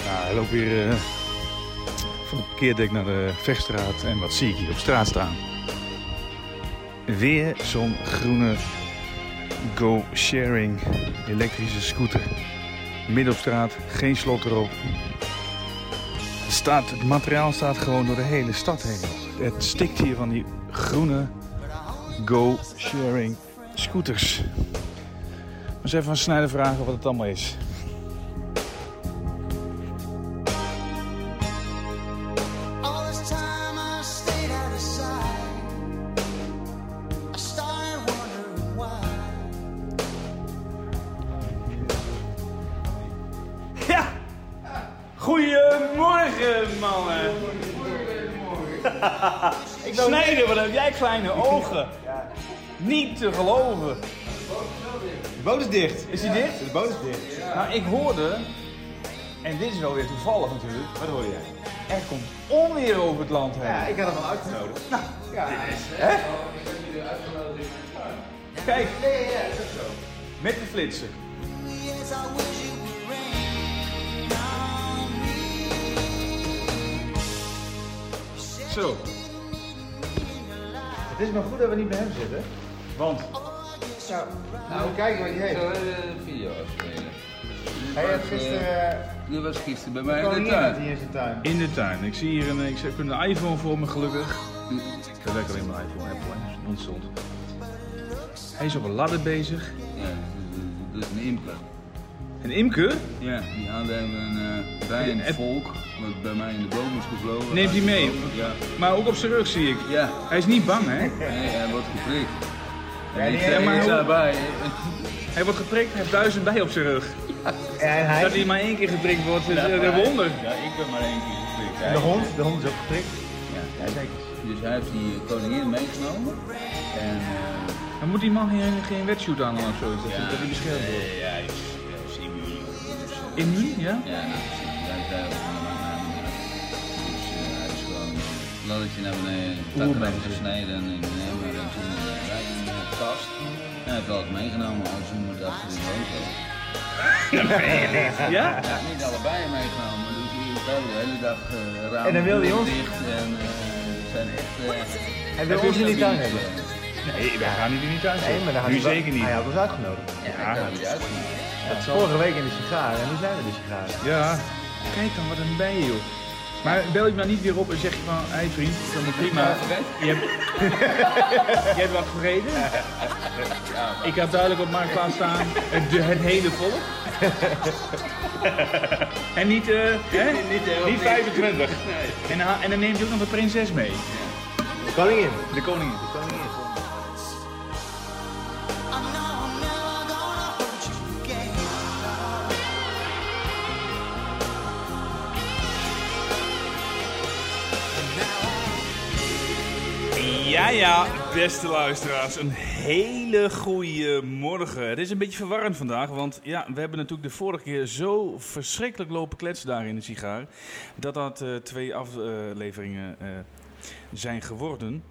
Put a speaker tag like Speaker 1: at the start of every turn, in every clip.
Speaker 1: Hij loopt weer van de parkeerdek naar de Vechtstraat. En wat zie ik hier op straat staan? Weer zo'n groene go-sharing elektrische scooter. Midden op straat, geen slot erop. Het materiaal staat gewoon door de hele stad heen. Het stikt hier van die groene go-sharing scooters. Maar eens even aan Snijder vragen wat het allemaal is.
Speaker 2: Goedemorgen, mannen. Snijder, wat heb jij kleine ogen. Niet te geloven.
Speaker 3: De boot is dicht.
Speaker 2: Is die dicht?
Speaker 3: De boot is dicht.
Speaker 2: Nou, ik hoorde, en dit is wel weer toevallig natuurlijk.
Speaker 3: Wat hoor jij?
Speaker 2: Er komt onweer over het land heen.
Speaker 3: Ja, ik had hem al uitgenodigd.
Speaker 2: Nou,
Speaker 3: ja.
Speaker 2: Hè? Kijk,
Speaker 3: Ja, dat is zo.
Speaker 2: met de flitsen. Zo.
Speaker 3: Het is maar goed dat we niet bij hem zitten.
Speaker 2: Want?
Speaker 3: Nou, kijk wat je heeft.
Speaker 4: Ik zal een video afspelen.
Speaker 3: Hij had gisteren...
Speaker 4: Dat was gisteren bij mij in de
Speaker 3: koningin
Speaker 4: tuin.
Speaker 3: hier in zijn tuin.
Speaker 1: In de tuin. Ik zie hier ik heb een iPhone voor me gelukkig. Ik heb lekker alleen mijn iPhone, Apple, hè. Onseld. Hij is op een ladder bezig.
Speaker 4: Ja, dat is een imker.
Speaker 1: Een imker?
Speaker 4: Ja, die hadden een bijenvolk wat bij mij in de boom is gevlogen.
Speaker 1: Neemt hij mee?
Speaker 4: Ja.
Speaker 1: Maar ook op zijn rug zie ik.
Speaker 4: Ja.
Speaker 1: Hij is niet bang, hè?
Speaker 4: Nee, hij wordt geprikt.
Speaker 3: Ja,
Speaker 4: En
Speaker 3: die
Speaker 4: ik
Speaker 3: heeft-
Speaker 4: zei
Speaker 1: maar
Speaker 4: daarbij.
Speaker 1: Hij wordt geprikt, hij heeft 1000 bijen op zijn rug.
Speaker 3: En hij...
Speaker 1: Dat hij maar één keer geprikt wordt, is een wonder.
Speaker 4: Ja, ik ben maar één keer geprikt.
Speaker 3: En de hond is ook geprikt.
Speaker 4: Ja.
Speaker 3: Ja, zeker.
Speaker 4: Dus hij heeft die koningin meegenomen. En
Speaker 1: Dan moet die man geen wetsuit aan of zo, dat hij beschermd wordt.
Speaker 4: ja, hij is immuun.
Speaker 1: Immuun, ja?
Speaker 4: Ja, nou precies. Hij zei ook van de maakt mij niet uit. Dus hij is gewoon een laddertje naar beneden, takken afgesneden en in de emmer en toen rijden in de kast. En hij heeft alles meegenomen, als we moeten achter in de auto.
Speaker 1: Ja?
Speaker 4: Hij heeft niet allebei meegenomen, dus hier de hele dag ramen
Speaker 3: En dan wil hij ons-
Speaker 4: dicht en zijn echt...
Speaker 3: Hij wil ons in die tuin hebben.
Speaker 1: Nee, wij gaan niet in die tuin
Speaker 3: Nee, maar dan had
Speaker 1: nu
Speaker 3: hij wel-
Speaker 1: zeker niet.
Speaker 3: Hij had ons uitgenodigd.
Speaker 4: Ja, ik heb die uitgenomen.
Speaker 3: Vorige week in de sigaren en nu zijn we de sigaren.
Speaker 1: Ja, kijk dan, wat een bijen, joh. Maar bel je me nou niet weer op en zeg je van, hé vriend, dat is allemaal prima. Je hebt, je hebt wat vergeten. Ik had duidelijk op Marktplaats staan, het hele volk. En niet, niet 25. En dan neemt hij ook nog de prinses mee.
Speaker 3: De koningin.
Speaker 1: De koningin. Ja, beste luisteraars, een hele goede morgen. Het is een beetje verwarrend vandaag, want ja, we hebben natuurlijk de vorige keer zo verschrikkelijk lopen kletsen daar in de sigaar, dat 2 afleveringen zijn geworden.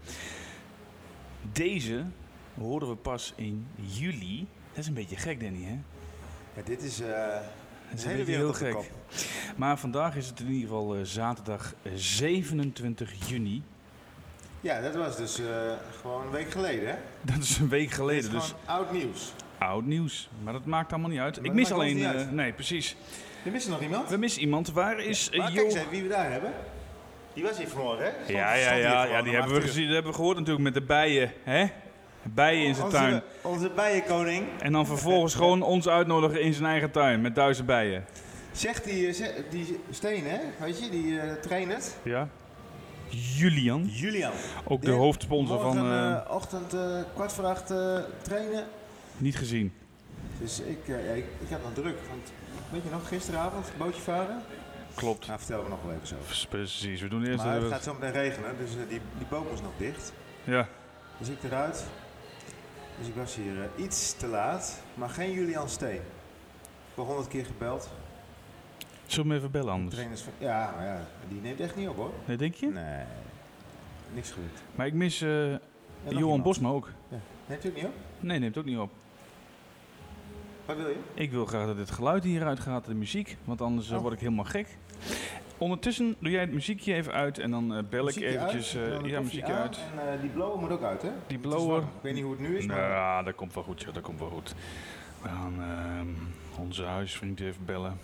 Speaker 1: Deze hoorden we pas in juli. Dat is een beetje gek, Danny, hè?
Speaker 3: Ja, dit is
Speaker 1: Dat is een beetje heel gek. Maar vandaag is het in ieder geval zaterdag 27 juni.
Speaker 3: Ja, dat was dus gewoon een week geleden, hè?
Speaker 1: Dat is een week geleden,
Speaker 3: Dit is
Speaker 1: dus
Speaker 3: gewoon oud nieuws.
Speaker 1: oud nieuws. Maar dat maakt allemaal niet uit.
Speaker 3: Maar
Speaker 1: Ik
Speaker 3: dat
Speaker 1: mis
Speaker 3: maakt ons
Speaker 1: alleen...
Speaker 3: niet uit.
Speaker 1: nee, precies.
Speaker 3: Er mist er nog iemand?
Speaker 1: We missen iemand. Waar is
Speaker 3: Maar kijk
Speaker 1: Jo?
Speaker 3: eens even wie we daar hebben. Die was hier vanmorgen, hè? Stond-
Speaker 1: Ja,
Speaker 3: stond hier gewoon
Speaker 1: die
Speaker 3: om
Speaker 1: hebben we
Speaker 3: 8 uur.
Speaker 1: gezien. Dat hebben we gehoord natuurlijk met de bijen. Hè? Bijen in zijn tuin.
Speaker 3: Onze bijenkoning.
Speaker 1: En dan vervolgens gewoon ons uitnodigen in zijn eigen tuin met 1000 bijen.
Speaker 3: Zegt die Steen, hè? Weet je, die trainer.
Speaker 1: Ja. Julian.
Speaker 3: Julian.
Speaker 1: Ook de
Speaker 3: Die
Speaker 1: hoofdsponsor van...
Speaker 3: Morgenochtend 7:15 trainen.
Speaker 1: niet gezien.
Speaker 3: Dus ik had nog druk. Want, weet je nog, gisteravond bootje varen?
Speaker 1: Klopt.
Speaker 3: Nou, vertellen we nog wel even zo.
Speaker 1: Precies. We doen eerst...
Speaker 3: Maar het gaat zo meteen regenen, dus die boot was nog dicht.
Speaker 1: ja.
Speaker 3: Dus ik eruit. Dus ik was hier iets te laat, maar geen Julian Steen. Ik heb al 100 keer gebeld.
Speaker 1: Zullen we hem even bellen anders?
Speaker 3: Trainers van, ja, maar ja, die neemt echt niet op hoor.
Speaker 1: Nee, denk je?
Speaker 3: Nee, niks goed.
Speaker 1: Maar ik mis
Speaker 3: nog
Speaker 1: Johan
Speaker 3: iemand?
Speaker 1: Bosma ook.
Speaker 3: Ja. Neemt u het niet op?
Speaker 1: Nee, neemt ook niet op.
Speaker 3: Wat wil je?
Speaker 1: Ik wil graag dat het geluid hieruit gaat, de muziek, want anders word ik helemaal gek. Ondertussen doe jij het muziekje even uit en dan bel ik eventjes... muziekje uit.
Speaker 3: En die blower moet ook uit, hè?
Speaker 1: Die blower...
Speaker 3: Ik weet niet hoe het nu is, maar...
Speaker 1: Ja, dat komt wel goed, joh, dat komt wel goed. We gaan onze huisvriend even bellen.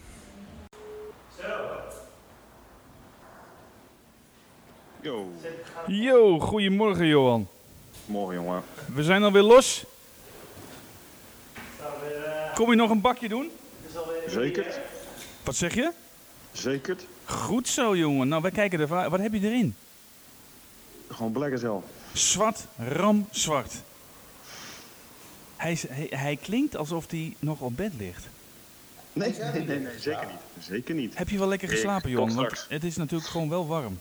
Speaker 5: Yo.
Speaker 1: Yo, goedemorgen Johan.
Speaker 5: Morgen, jongen.
Speaker 1: We zijn alweer los. Kom je nog een bakje doen?
Speaker 5: Zeker.
Speaker 1: Wat zeg je?
Speaker 5: Zeker.
Speaker 1: Goed zo, jongen. Nou, wij kijken ervan. Wat heb je erin?
Speaker 5: Gewoon black as hell.
Speaker 1: Zwart, ram zwart. Hij klinkt alsof hij nog op bed ligt.
Speaker 5: Nee, zeker niet. Zeker niet.
Speaker 1: Heb je wel lekker geslapen,
Speaker 5: Ik
Speaker 1: Johan?
Speaker 5: kom
Speaker 1: Want
Speaker 5: straks.
Speaker 1: het is natuurlijk gewoon wel warm.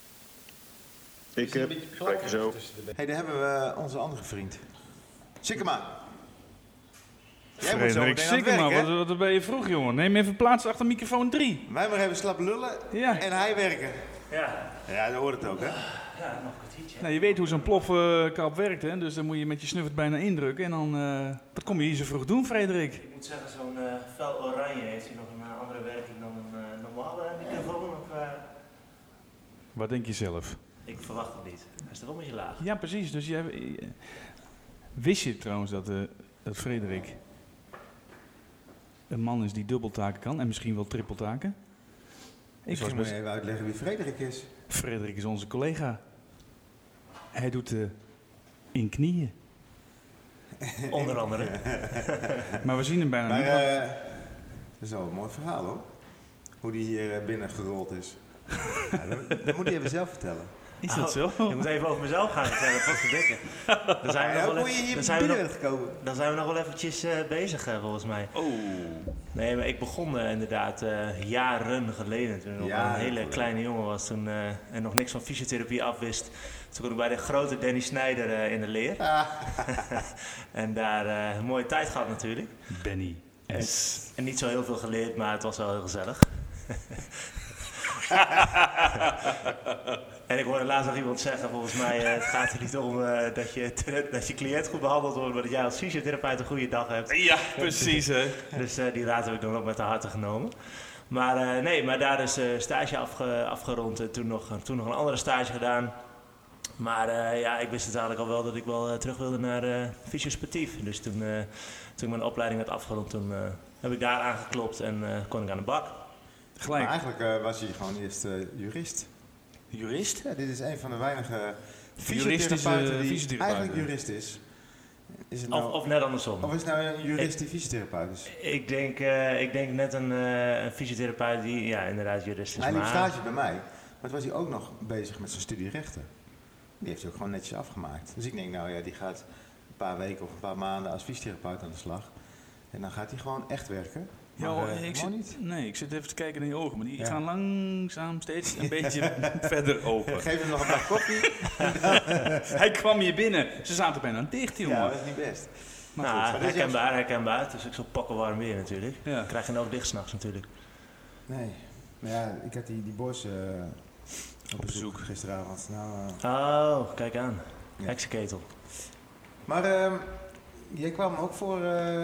Speaker 5: Ik heb lekker zo.
Speaker 3: Hey, daar hebben we onze andere vriend. Sikkema. Jij moet zo
Speaker 1: Frederik
Speaker 3: meteen aan het
Speaker 1: Sikkema,
Speaker 3: werk, hè?
Speaker 1: wat ben je vroeg, jongen? Neem even plaats achter microfoon 3.
Speaker 3: Wij maar even slap lullen
Speaker 1: Ja.
Speaker 3: en hij werken.
Speaker 2: Ja.
Speaker 3: Ja, dat hoort het ook, hè?
Speaker 2: Ja, nog een kwartiertje.
Speaker 1: Nou, je weet hoe zo'n plofkap werkt, hè? Dus dan moet je met je snuffert bijna indrukken. En dan... wat kom je hier zo vroeg doen, Frederik?
Speaker 2: Ik moet zeggen, zo'n fel oranje heeft hij nog een andere werking dan een normale microfoon. Of,
Speaker 1: Wat denk je zelf?
Speaker 2: ik verwacht het niet. Hij is toch wel een beetje laag.
Speaker 1: Ja, precies. Dus wist je trouwens dat Frederik een man is die dubbeltaken kan en misschien wel trippeltaken?
Speaker 3: Misschien moet je even uitleggen wie Frederik is.
Speaker 1: Frederik is onze collega. Hij doet in knieën.
Speaker 2: Onder andere.
Speaker 1: Maar we zien hem bijna
Speaker 3: Maar
Speaker 1: niet.
Speaker 3: dat is wel een mooi verhaal, hoor. Hoe die hier binnen gerold is. Ja, dat moet hij even zelf vertellen.
Speaker 1: Is dat zo?
Speaker 2: Ik moet even over mezelf gaan vertellen, wat verdikken. Dan zijn we
Speaker 3: Ja,
Speaker 2: nog wel
Speaker 3: hoe je
Speaker 2: even-
Speaker 3: hier
Speaker 2: dan zijn we
Speaker 3: binnen
Speaker 2: nog-
Speaker 3: bent gekomen.
Speaker 2: dan zijn we nog wel eventjes bezig, volgens mij.
Speaker 1: Oh.
Speaker 2: Nee, maar ik begon inderdaad jaren geleden, toen ik nog
Speaker 3: Jaren
Speaker 2: een hele
Speaker 3: geleden.
Speaker 2: kleine jongen was toen, en nog niks van fysiotherapie afwist. Toen kon ik bij de grote Danny Snijder in de leer. En daar een mooie tijd gehad natuurlijk.
Speaker 1: Benny S.
Speaker 2: En niet zo heel veel geleerd, maar het was wel heel gezellig. En ik hoorde laatst nog iemand zeggen, volgens mij het gaat er niet om dat je cliënt goed behandeld wordt, maar dat jij als fysiotherapeut een goede dag hebt.
Speaker 1: Ja, precies hè.
Speaker 2: Dus die raad heb ik dan ook met de harte genomen. Maar nee, maar daar is stage afgerond en toen nog een andere stage gedaan. Maar ja, ik wist het eigenlijk al wel dat ik wel terug wilde naar fysiosportief. Dus toen ik mijn opleiding had afgerond, toen heb ik daar aangeklopt en kon ik aan de bak.
Speaker 1: Gelijk.
Speaker 3: Maar eigenlijk was hij gewoon eerst jurist.
Speaker 1: Jurist?
Speaker 3: Ja, dit is een van de weinige
Speaker 1: Juristische
Speaker 3: fysiotherapeuten die
Speaker 1: fysiotherapeuten.
Speaker 3: eigenlijk jurist is. Is het nou,
Speaker 2: Of net andersom.
Speaker 3: of is het nou een jurist die fysiotherapeut is?
Speaker 2: Ik denk net een fysiotherapeut die ja, inderdaad jurist is.
Speaker 3: Hij liep
Speaker 2: Maar
Speaker 3: stage bij mij, maar toen was hij ook nog bezig met zijn studie rechten. Die heeft hij ook gewoon netjes afgemaakt. Dus ik denk, nou ja, die gaat een paar weken of een paar maanden als fysiotherapeut aan de slag. En dan gaat hij gewoon echt werken.
Speaker 1: Ja,
Speaker 3: Maar,
Speaker 1: ik
Speaker 3: gewoon
Speaker 1: zit,
Speaker 3: niet.
Speaker 1: nee, ik zit even te kijken naar je ogen, maar die
Speaker 3: Ja.
Speaker 1: gaan langzaam steeds een beetje verder open.
Speaker 3: Geef hem nog een bak koffie.
Speaker 1: Hij kwam hier binnen. Ze zaten bijna dicht, jongen.
Speaker 3: Ja, dat is niet best. Maar goed,
Speaker 2: nou,
Speaker 3: maar dit is
Speaker 2: herkenbaar. Het is ook zo pakken warm weer natuurlijk.
Speaker 1: Ja.
Speaker 2: Krijg je nou ook dicht s'nachts natuurlijk.
Speaker 3: Nee. Maar ja, ik had die boys op bezoek
Speaker 1: bezoek.
Speaker 3: gisteravond. Nou,
Speaker 2: Oh, kijk aan.
Speaker 3: Ja.
Speaker 2: Heksenketel.
Speaker 3: maar jij kwam ook voor...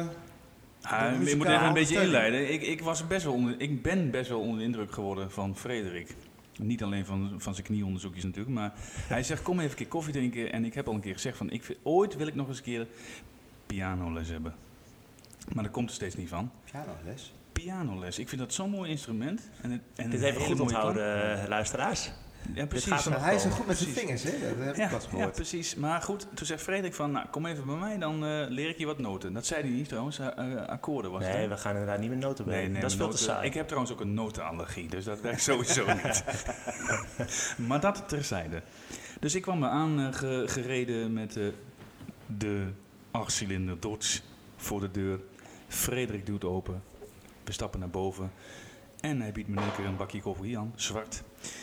Speaker 1: Ah,
Speaker 3: de
Speaker 1: je moet even een beetje
Speaker 3: muzikale
Speaker 1: inleiden. Ik ben best wel onder de indruk geworden van Frederik. Niet alleen van zijn knieonderzoekjes natuurlijk, maar hij zegt kom even een keer koffie drinken. En ik heb al een keer gezegd van ooit wil ik nog eens een keer pianoles hebben. Maar dat komt er steeds niet van.
Speaker 3: pianoles.
Speaker 1: Pianoles, ik vind dat zo'n mooi instrument. En
Speaker 2: Dit
Speaker 1: een
Speaker 2: even
Speaker 1: hele
Speaker 2: goed
Speaker 1: mooie
Speaker 2: onthouden, luisteraars.
Speaker 1: klank. Ja,
Speaker 2: Dit
Speaker 1: precies.
Speaker 2: gaat er nog
Speaker 3: Hij is zo
Speaker 2: komen.
Speaker 3: goed met zijn
Speaker 1: Precies.
Speaker 3: vingers, hè? Dat heb ik
Speaker 1: Ja,
Speaker 3: pas
Speaker 1: ja,
Speaker 3: gehoord.
Speaker 1: precies. Maar goed, toen zei Frederik van, nou, kom even bij mij, dan leer ik je wat noten. Dat zei hij niet trouwens, akkoorden was het.
Speaker 2: Nee,
Speaker 1: hè?
Speaker 2: we gaan inderdaad niet met noten bij. Dat is veel te
Speaker 1: noten-
Speaker 2: saai.
Speaker 1: Ik heb trouwens ook een notenallergie, dus dat werkt sowieso niet. Maar dat terzijde. Dus ik kwam me gereden met de 8-cilinder Dodge voor de deur. Frederik doet open. We stappen naar boven. En hij biedt me in één keer een bakje koffie aan, zwart.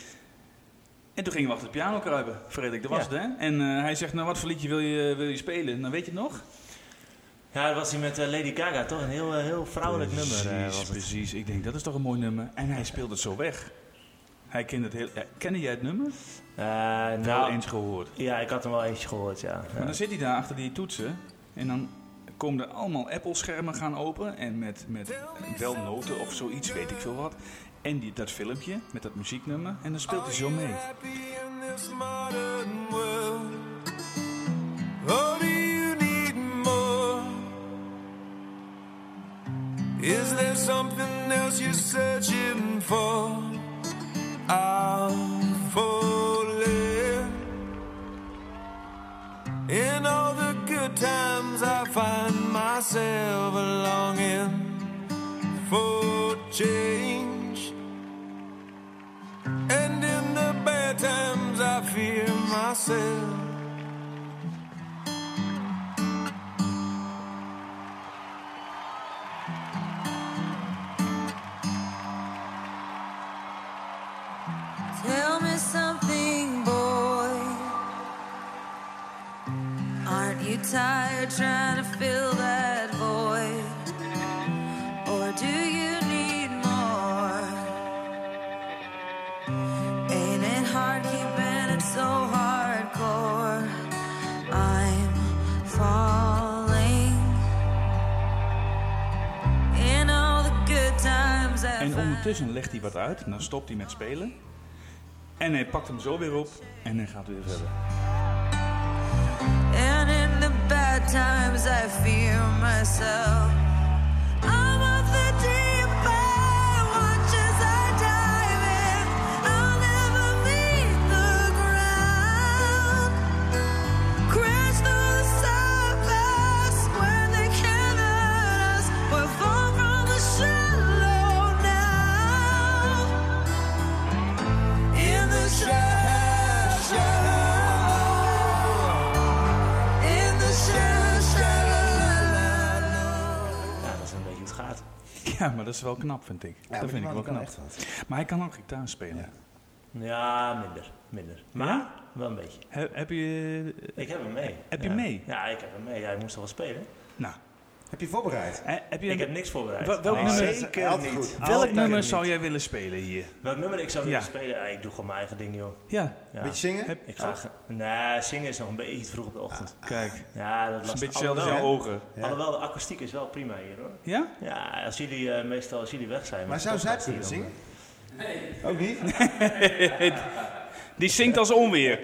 Speaker 1: En toen gingen we achter de piano kruipen, Frederik, dat was
Speaker 2: Ja.
Speaker 1: het hè. En hij zegt, nou wat voor liedje wil je spelen? Nou weet je het nog?
Speaker 2: Ja, dat was hij met Lady Gaga, toch? Een heel vrouwelijk nummer was het.
Speaker 1: Precies, ik denk dat is toch een mooi nummer. En hij speelde het zo weg. Hij kende het heel... Kende jij het nummer? Wel
Speaker 2: Nou,
Speaker 1: eens gehoord.
Speaker 2: ja, ik had hem wel eentje gehoord, ja.
Speaker 1: Maar dan zit hij daar achter die toetsen. En dan komen er allemaal Apple-schermen gaan open. En met wel noten of zoiets, weet ik veel wat. En dat filmpje met dat muzieknummer. En dan speelt hij zo mee.
Speaker 6: Is there something else you're searching for? I'll falling. In all the good times I find myself longing for change. And in the bad times I fear myself.
Speaker 7: Tell me something, boy. Aren't you tired trying to fill that void? Or do you need more? Ain't it hard keeping it so hardcore? I'm falling in all the good times I
Speaker 1: En ondertussen legt hij wat uit. En dan stopt hij met spelen. En hij pakt hem zo weer op. En hij gaat weer verder.
Speaker 7: And in the bad times I fear myself. I'm of the deep end, watch as I dive in. I'll never meet the ground. Crash through the surface where they can't hurt us. We're far from the shallow now. In the shallow.
Speaker 1: Ja, maar dat is wel knap, vind ik.
Speaker 3: Ja,
Speaker 1: dat vind ik wel knap.
Speaker 3: Echt wat.
Speaker 1: Maar hij kan ook gitaar spelen.
Speaker 2: Ja, minder. Maar
Speaker 1: Ja?
Speaker 2: wel een beetje.
Speaker 1: Heb je...
Speaker 2: Ik heb hem mee.
Speaker 1: Heb je mee?
Speaker 2: Ja, ik heb hem mee. Ja, hij moest toch wel spelen?
Speaker 1: Nou,
Speaker 3: Heb je voorbereid?
Speaker 1: heb je
Speaker 2: Ik heb niks voorbereid.
Speaker 1: Welk
Speaker 2: Nee,
Speaker 1: nummer-
Speaker 2: zeker
Speaker 3: Altijd
Speaker 2: niet.
Speaker 3: goed.
Speaker 1: welk
Speaker 3: Altijd
Speaker 1: nummer
Speaker 3: niet.
Speaker 1: zou jij willen spelen hier?
Speaker 2: Welk nummer ik zou
Speaker 1: Ja.
Speaker 2: willen spelen? Ja, ik doe gewoon mijn eigen ding, joh.
Speaker 1: Ja,
Speaker 2: Ja.
Speaker 3: Beetje zingen?
Speaker 2: Ik ga... Nee, zingen is nog een beetje te vroeg op de ochtend.
Speaker 1: kijk.
Speaker 2: Ja, dat
Speaker 1: Dat is een
Speaker 2: lastig.
Speaker 1: beetje zelfs in jouw ogen.
Speaker 3: Ja.
Speaker 2: Alhoewel, de akoestiek is wel prima hier, hoor.
Speaker 1: Ja?
Speaker 2: Ja, als jullie meestal als jullie weg zijn...
Speaker 3: Maar
Speaker 2: met de
Speaker 3: zou zij
Speaker 2: podcast
Speaker 3: kunnen
Speaker 2: hier,
Speaker 3: zingen? Nee. Ook niet?
Speaker 1: Die zingt als onweer.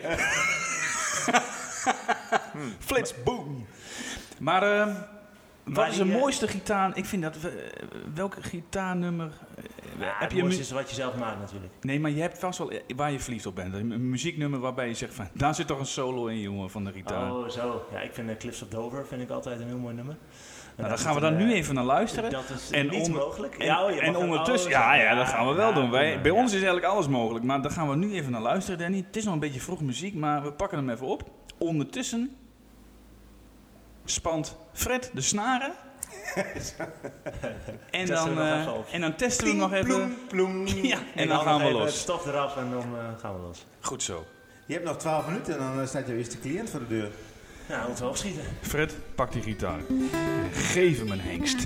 Speaker 1: Flits, boom. Maar wat
Speaker 2: Maar
Speaker 1: is
Speaker 2: die,
Speaker 1: de mooiste gitaar? Ik vind dat... welke gitaarnummer...
Speaker 2: Ja,
Speaker 1: heb
Speaker 2: het
Speaker 1: je
Speaker 2: mooiste is wat je zelf maakt, natuurlijk.
Speaker 1: Nee, maar je hebt vast wel waar je verliefd op bent. Een muzieknummer waarbij je zegt van... Daar zit toch een solo in, jongen, van de gitaar.
Speaker 2: Oh, zo. Ja, ik vind Cliffs of Dover vind ik altijd een heel mooi nummer.
Speaker 1: Nou, dan gaan we daar nu even naar luisteren.
Speaker 2: Dat is
Speaker 1: En
Speaker 2: niet
Speaker 1: onder-
Speaker 2: mogelijk.
Speaker 1: En,
Speaker 2: Ja, je
Speaker 1: en
Speaker 2: mag
Speaker 1: ondertussen,
Speaker 2: ook alles
Speaker 1: ja, dat gaan we wel
Speaker 2: ja,
Speaker 1: doen.
Speaker 2: prima,
Speaker 1: Bij
Speaker 2: ja.
Speaker 1: ons is eigenlijk alles mogelijk, maar daar gaan we nu even naar luisteren, Danny. Het is nog een beetje vroeg muziek, maar we pakken hem even op. Ondertussen spant Fred de snaren. En
Speaker 2: Testen we nog even op.
Speaker 1: dan testen we hem nog even.
Speaker 3: Ploem.
Speaker 1: Ja, en
Speaker 2: Ik
Speaker 1: dan
Speaker 2: haal
Speaker 1: gaan
Speaker 2: nog
Speaker 1: we
Speaker 2: even het
Speaker 1: los.
Speaker 2: stof eraf en dan gaan we los.
Speaker 1: Goed zo.
Speaker 3: Je hebt nog 12 minuten en dan staat jouw eerste cliënt voor de deur.
Speaker 2: Nou, moeten we opschieten.
Speaker 1: Fred, pak die gitaar. Geef hem een hengst.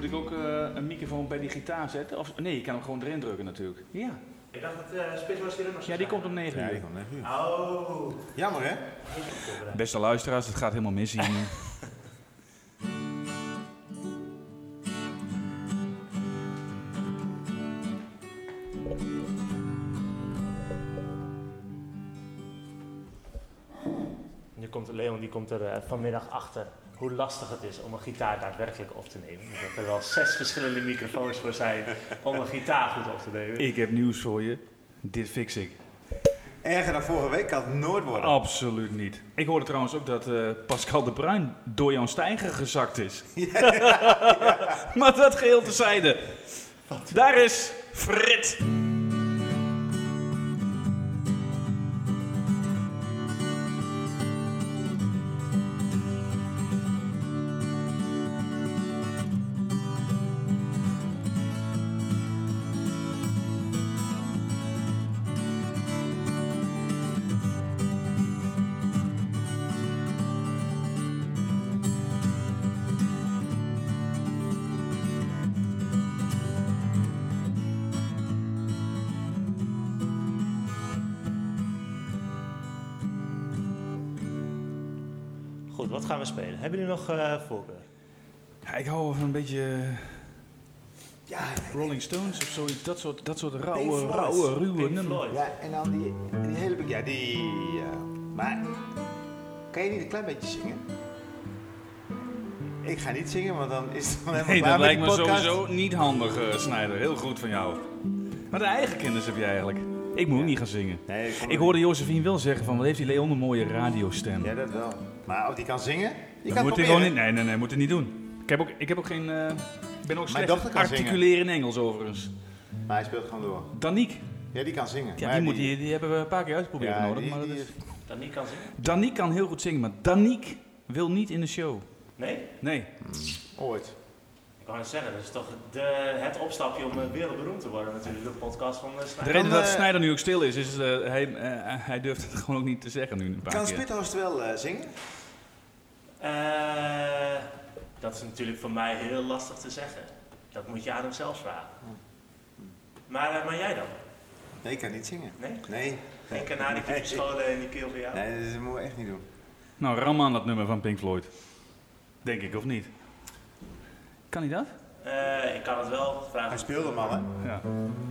Speaker 1: Moet ik ook een microfoon bij die gitaar zetten? Of, nee, je kan hem gewoon erin drukken natuurlijk. Ja.
Speaker 2: Ik dacht dat Spits was hier nog.
Speaker 1: Ja, die komt om 9
Speaker 3: Ja,
Speaker 1: uur.
Speaker 3: die komt 9 uur.
Speaker 2: Oh.
Speaker 3: Jammer, hè?
Speaker 1: Beste luisteraars, het gaat helemaal mis hier nu.
Speaker 2: Leon die komt er vanmiddag achter hoe lastig het is om een gitaar daadwerkelijk op te nemen. Dat er wel 6 verschillende microfoons voor zijn om een gitaar goed op te nemen.
Speaker 1: Ik heb nieuws voor je. Dit fix ik.
Speaker 3: Erger dan vorige week kan het nooit worden.
Speaker 1: Absoluut niet. Ik hoorde trouwens ook dat Pascal de Bruin door jouw stijger gezakt is. Maar dat geheel terzijde. Daar is Frit.
Speaker 2: Goed, wat gaan we spelen? Hebben jullie nog voorkeur?
Speaker 1: Ja, ik hou van een beetje
Speaker 3: Ja,
Speaker 1: Rolling Stones of zoiets. Dat soort
Speaker 3: Pink
Speaker 1: rauwe,
Speaker 3: Floyd.
Speaker 1: ruwe
Speaker 2: Pink
Speaker 1: nummers.
Speaker 2: Floyd.
Speaker 3: ja, en dan die hele... Ja, die... maar... Kan je niet een klein beetje zingen? Ik ga niet zingen, want dan is het gewoon helemaal
Speaker 1: Nee,
Speaker 3: klaar
Speaker 1: dat
Speaker 3: met
Speaker 1: lijkt
Speaker 3: die
Speaker 1: me
Speaker 3: podcast.
Speaker 1: sowieso niet handig, Snijder. Heel goed van jou. Maar de eigen kennis heb je eigenlijk. Ik moet ook niet gaan zingen.
Speaker 3: Nee,
Speaker 1: Ik hoorde Josephine wel zeggen van, wat heeft die Leon een mooie radiostem.
Speaker 3: Ja, dat wel. Maar of die kan zingen? Je
Speaker 1: Dat
Speaker 3: kan
Speaker 1: moet
Speaker 3: het
Speaker 1: hij gewoon
Speaker 3: proberen.
Speaker 1: niet. Nee, moet hij niet doen. Ik heb ook geen... ik ben ook slecht
Speaker 3: dochter
Speaker 1: in
Speaker 3: kan
Speaker 1: articuleren in Engels overigens.
Speaker 3: Maar hij speelt gewoon door.
Speaker 1: Danique.
Speaker 3: Ja, die kan zingen.
Speaker 1: Ja,
Speaker 3: Maar
Speaker 1: die hebben we een paar keer uitgeprobeerd
Speaker 3: ja,
Speaker 1: nodig. Maar dat is...
Speaker 2: Dat niet kan zingen?
Speaker 1: Danique kan heel goed zingen, maar Danique wil niet in de show.
Speaker 2: Nee?
Speaker 1: Nee.
Speaker 3: Ooit.
Speaker 2: Ik kan het zeggen, dat is toch het opstapje om wereldberoemd te worden natuurlijk, de podcast van
Speaker 1: De
Speaker 2: Snijder.
Speaker 1: reden dat
Speaker 3: eh,
Speaker 1: Snijder nu ook stil is hij durft het gewoon ook niet te zeggen nu een paar
Speaker 3: Kan
Speaker 1: keer.
Speaker 3: Spithorst wel zingen?
Speaker 2: Dat is natuurlijk voor mij heel lastig te zeggen. Dat moet je aan hem zelf vragen. Maar jij dan?
Speaker 3: Nee, ik kan niet zingen.
Speaker 2: Nee?
Speaker 3: Nee.
Speaker 2: Geen kanariekjes verscholen in die keel van jou?
Speaker 3: Nee, dat moeten we echt niet doen.
Speaker 1: Nou, ram aan dat nummer van Pink Floyd. Denk ik, of niet? Kan hij dat?
Speaker 2: Ik kan het wel vragen.
Speaker 3: Hij speelde hem al, hè?
Speaker 1: Ja.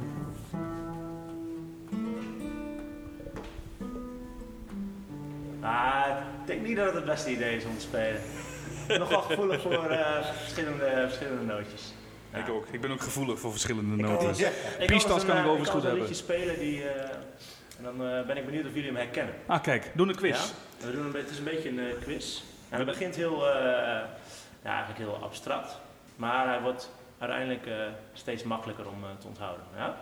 Speaker 2: Ik denk niet dat het het beste idee is om te spelen. Nogal gevoelig voor verschillende nootjes. Ja.
Speaker 1: Ik ook. Ik ben ook gevoelig voor verschillende
Speaker 2: Ik
Speaker 1: noten. Piestas kan ik overigens goed
Speaker 2: een
Speaker 1: hebben.
Speaker 2: liedje spelen die... en dan ben ik benieuwd of jullie hem herkennen.
Speaker 1: Ah, kijk. Doe een quiz.
Speaker 2: Ja? We doen het is een beetje een quiz. En het begint eigenlijk heel abstract. Maar hij wordt uiteindelijk steeds makkelijker om te onthouden. Ja?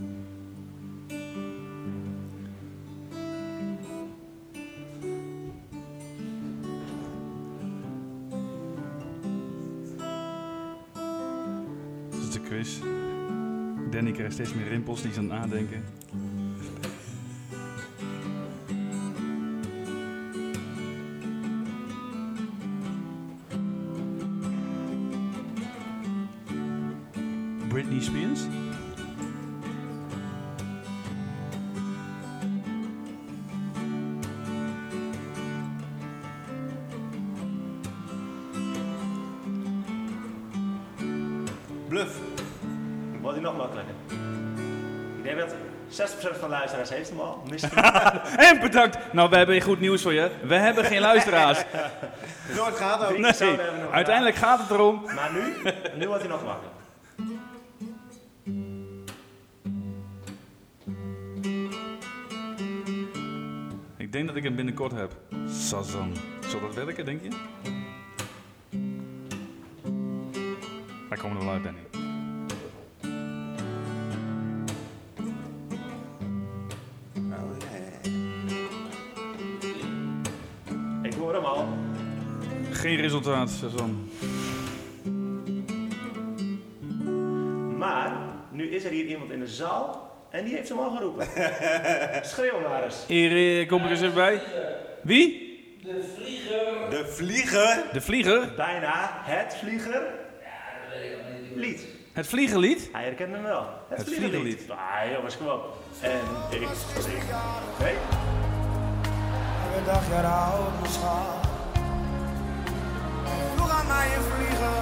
Speaker 1: Dat is de quiz. Danny krijgt steeds meer rimpels, die is aan het nadenken. Britney Spears?
Speaker 3: Bluff.
Speaker 2: Wordt hij nog makkelijker. Ik denk dat 60% van de luisteraars heeft hem al.
Speaker 1: En bedankt! Nou, we hebben goed nieuws voor je. We hebben geen luisteraars.
Speaker 3: Nooit gaat ook.
Speaker 1: Nee,
Speaker 2: Zouden hebben we nog
Speaker 1: uiteindelijk gaat het erom.
Speaker 2: Maar nu wordt hij nog makkelijker.
Speaker 1: Ik denk dat ik hem binnenkort heb. Sazan. Zal dat werken, denk je? Daar komen we wel uit, Danny.
Speaker 3: Oh, ja.
Speaker 2: Ik hoor hem al.
Speaker 1: Geen resultaat, Sazan.
Speaker 2: Maar nu is er hier iemand in de zaal en die heeft hem al geroepen. Schreeuw maar eens.
Speaker 1: Erik, kom er eens even bij. Wie?
Speaker 3: De vlieger.
Speaker 1: De vlieger?
Speaker 2: Bijna het vlieger. Lied.
Speaker 1: Het vliegenlied?
Speaker 2: Hij herkent hem wel.
Speaker 1: Het vliegenlied.
Speaker 2: Ah jongens, kom op. En ik vlieg. Nee?
Speaker 6: Elke dag jij houdt me schat. Vroeg aan mij je vliegen.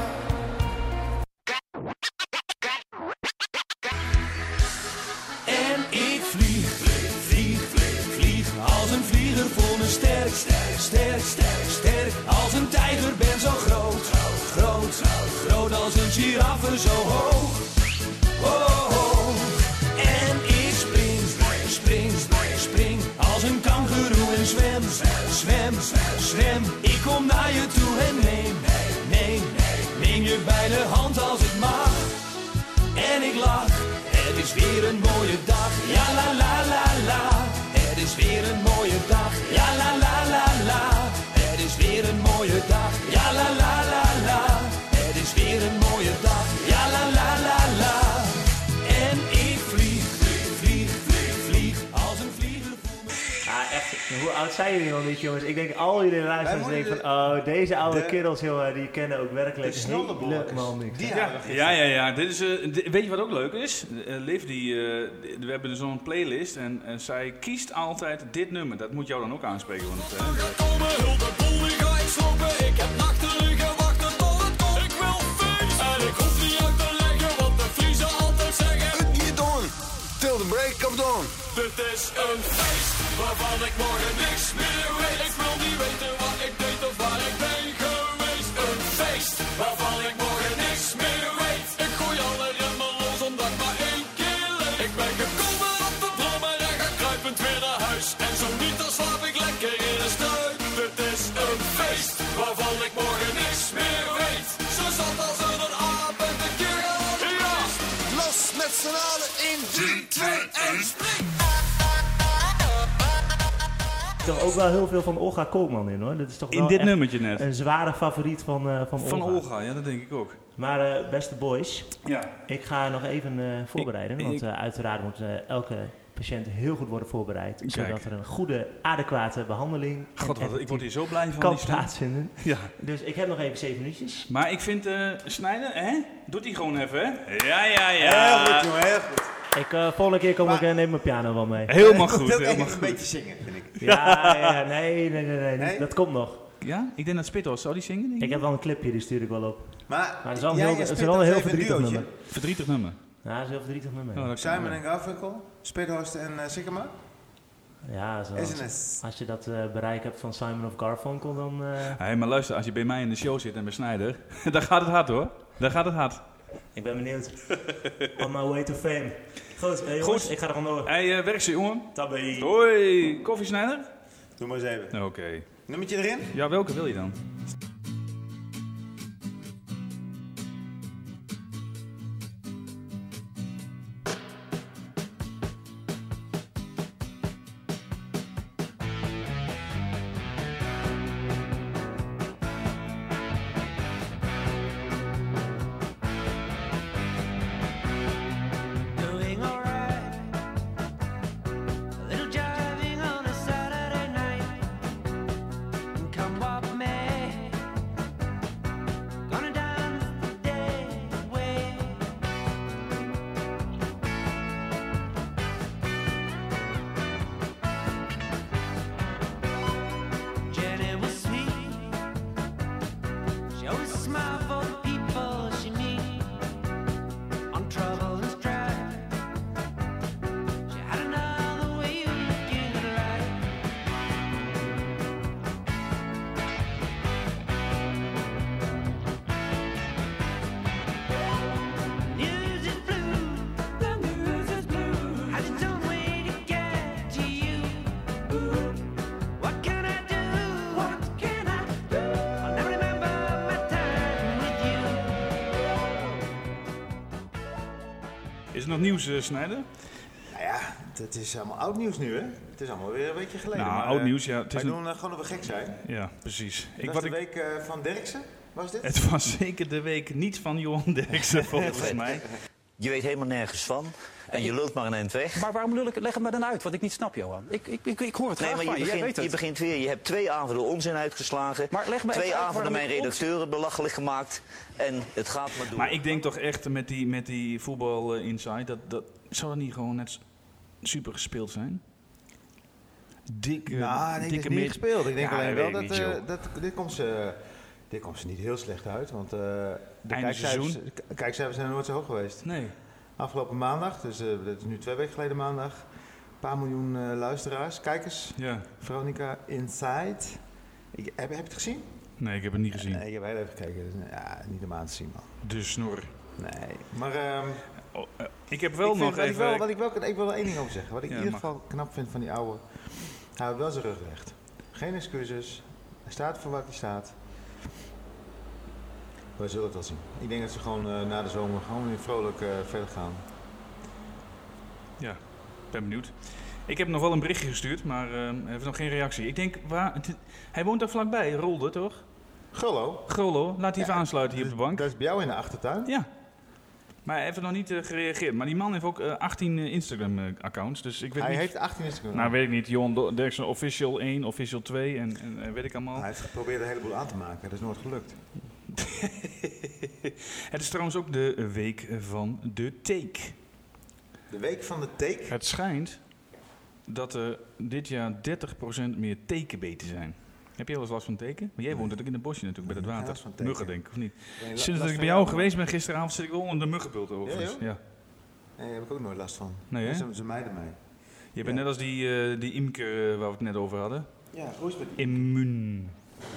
Speaker 8: En ik vlieg, vlieg, vlieg, vlieg, vlieg. Als een vlieger vol me sterk, sterk, sterk, sterk, sterk. Als een tijger ben zo groot, groot, groot als een giraffe zo hoog. Oh, oh. En ik spring, spring, spring. Als een kangoeroe en zwem, zwem, zwem. Ik kom naar je toe en neem je bij de hand als het mag. En ik lach, het is weer een mooie dag. Ja la la la la. Het is weer een mooie dag. Ja la la la la. Het is weer een mooie dag. Ja la la la la. Het is weer een mooie dag. Ja la la la la. En ik vlieg, vlieg, vlieg, vlieg, vlieg. Als een vlieger voor me.
Speaker 2: Ah, echt. Hoe oud zijn jullie nog niet, jongens? Ik denk al jullie luisteraars denken van, oh, deze oude kerels, jongen, die kennen ook werkelijk helemaal niks.
Speaker 1: Ja. Dit is, weet je wat ook leuk is? Liv, we hebben zo'n playlist en zij kiest altijd dit nummer. Dat moet jou dan ook aanspreken. Want,
Speaker 8: Komen, hulp en ga ik slopen. Ik heb nachten liggen wachten tot het komt. Ik wil feest. En ik hoef niet uit te leggen wat de Friesen altijd zeggen.
Speaker 6: Het niet doen. Till the break of dawn.
Speaker 8: Dit is een feest waarvan ik morgen niks meer weet. Ik wil niet weten wat ik deed of waar ik ben geweest. Een feest waarvan ik morgen niks meer weet. Ik gooi alle remmen los omdat ik maar één keer leef. Ik ben gekomen op de brommer en ga kruipend weer naar huis. En zo niet, dan slaap ik lekker in een struik. Dit is een feest waarvan ik morgen niks meer weet. Zo zat als een aap en de keer ja.
Speaker 6: Los met z'n allen in 3, 2, 1, spring.
Speaker 2: Toch ook wel heel veel van Olga Koolman in, hoor. Dat is toch
Speaker 1: in
Speaker 2: wel
Speaker 1: dit
Speaker 2: echt
Speaker 1: nummertje net.
Speaker 2: een zware favoriet van Olga.
Speaker 1: Van Olga, ja, dat denk ik ook.
Speaker 2: Maar beste boys,
Speaker 1: Ja.
Speaker 2: ik ga nog even voorbereiden. Want uiteraard moet elke patiënt heel goed worden voorbereid. Zodat er een goede, adequate behandeling
Speaker 1: Ik word hier zo blij van.
Speaker 2: kan
Speaker 1: Die stem.
Speaker 2: plaatsvinden.
Speaker 1: Ja.
Speaker 2: Dus ik heb nog even 7 minuutjes.
Speaker 1: Maar ik vind Snijder, hè? Doet hij gewoon even, hè? Ja.
Speaker 3: Heel goed, jongen, heel goed.
Speaker 2: Volgende keer kom ik neem mijn piano wel mee.
Speaker 1: Helemaal
Speaker 3: Je moet
Speaker 1: goed,
Speaker 3: ook
Speaker 1: helemaal
Speaker 3: even een
Speaker 1: goed.
Speaker 3: beetje zingen, vind ik.
Speaker 2: Ja, nee,
Speaker 3: Nee?
Speaker 2: dat komt nog.
Speaker 1: Ja? Ik denk dat Spittos, zou die zingen? Denk je?
Speaker 2: Ik heb wel een clipje, die stuur ik wel op.
Speaker 3: Maar
Speaker 2: het is wel een
Speaker 3: jij
Speaker 2: heel-
Speaker 3: en
Speaker 2: het is
Speaker 3: Spithost
Speaker 2: wel een heel
Speaker 3: even
Speaker 2: verdrietig
Speaker 3: duootje.
Speaker 2: nummer.
Speaker 1: Verdrietig nummer.
Speaker 2: Ja, dat is een heel verdrietig nummer.
Speaker 1: Oh, dat kan
Speaker 3: Simon
Speaker 1: wel.
Speaker 3: en Garfunkel, Spithost en Sycamore.
Speaker 2: Ja,
Speaker 3: SNS.
Speaker 2: als je dat bereik hebt van Simon of Garfunkel, dan...
Speaker 1: Hey, maar luister, als je bij mij in de show zit en bij Snijder, dan gaat het hard hoor. Dan gaat het hard.
Speaker 2: Ik ben benieuwd. On my way to fame. Goed, jongens,
Speaker 1: Goed.
Speaker 2: ik ga er gewoon door.
Speaker 1: Hey, werk ze jongen.
Speaker 2: Tabé.
Speaker 1: Hoi, koffie Snijder?
Speaker 3: Doe maar eens even.
Speaker 1: Oké.
Speaker 3: Nummertje erin?
Speaker 1: Ja, welke wil je dan?
Speaker 7: Doing alright. A little jiving on a Saturday night. Come what may. Gonna dance the day away. Jenny was sweet. She always smiled for the people she meet. On trouble and strife, she had another way of looking at life. News is blue, the news is blue. Has its own way to get to you. What can I do? What can I do? I'll never remember my time with you.
Speaker 1: Is er nog nieuws, Snijder?
Speaker 3: Nou ja, het is allemaal oud nieuws nu, hè? Het is allemaal weer een weekje geleden.
Speaker 1: Nou,
Speaker 3: maar,
Speaker 1: oud nieuws, ja. Het
Speaker 3: Wij
Speaker 1: is
Speaker 3: doen gewoon dat we gek zijn.
Speaker 1: Ja, precies.
Speaker 3: Dat was de week van Derksen, was dit?
Speaker 1: Het was zeker de week niet van Johan Derksen, volgens mij.
Speaker 9: Je weet helemaal nergens van. En je lult maar een eind weg.
Speaker 10: Maar waarom leg het me dan uit? Wat ik niet snap, Johan. Ik hoor het graag van je. Jij weet het.
Speaker 9: Je begint weer. Je hebt 2 avonden onzin uitgeslagen.
Speaker 10: Maar leg me
Speaker 9: 2
Speaker 10: uit
Speaker 9: avonden mijn redacteuren belachelijk gemaakt. En het gaat maar door.
Speaker 1: Maar ik denk toch echt met die voetbal inside, dat zou dat niet gewoon net super gespeeld zijn? Dikke
Speaker 3: dit is niet gespeeld. Ik denk alleen wel
Speaker 1: niet,
Speaker 3: dat dit komt ze niet heel slecht uit. Want de kijkcijfers zijn nooit zo hoog geweest.
Speaker 1: Nee.
Speaker 3: Afgelopen maandag, dus dat is nu 2 weken geleden maandag, een paar miljoen luisteraars, kijkers.
Speaker 1: Ja.
Speaker 3: Veronica Inside. Heb je het gezien?
Speaker 1: Nee, ik heb het niet gezien.
Speaker 3: Nee, ik heb heel even gekeken. Dus, niet normaal te zien, man.
Speaker 1: De snor.
Speaker 3: Nee, maar
Speaker 1: ik heb wel nog even...
Speaker 3: Ik wil er één ding over zeggen. Wat ik in ieder geval knap vind van die oude, hij houdt wel zijn rug recht. Geen excuses. Hij staat voor wat hij staat. We zullen het wel zien. Ik denk dat ze gewoon na de zomer gewoon weer vrolijk verder gaan.
Speaker 1: Ja, ben benieuwd. Ik heb nog wel een berichtje gestuurd, maar hij heeft nog geen reactie. Ik denk, hij woont daar vlakbij, Rolde, toch?
Speaker 3: Grollo,
Speaker 1: laat hij even aansluiten hier op de bank.
Speaker 3: Dat is bij jou in de achtertuin?
Speaker 1: Ja. Maar hij heeft nog niet gereageerd. Maar die man heeft ook 18 Instagram-accounts. Dus ik weet
Speaker 3: hij
Speaker 1: niet...
Speaker 3: heeft 18 Instagram.
Speaker 1: Nou, weet ik niet. Johan Derksen Official 1, Official 2 en weet ik allemaal.
Speaker 3: Hij heeft geprobeerd een heleboel aan te maken. Dat is nooit gelukt.
Speaker 1: Het is trouwens ook de week van de take.
Speaker 3: De week van de take?
Speaker 1: Het schijnt dat er dit jaar 30% meer tekenbeten zijn. Heb jij wel eens last van teken? Maar jij woont natuurlijk in het bosje natuurlijk, bij het water. Muggen denk ik, of niet? Sinds dat ik bij jou geweest ben gisteravond zit ik wel onder de muggenbult overigens. Ja.
Speaker 3: Nee, daar heb ik ook nooit last van.
Speaker 1: Nee, hè?
Speaker 3: Ze mijden mij.
Speaker 1: Je bent net als die imker waar we het net over hadden.
Speaker 3: Ja, hoe is het met
Speaker 1: immuun.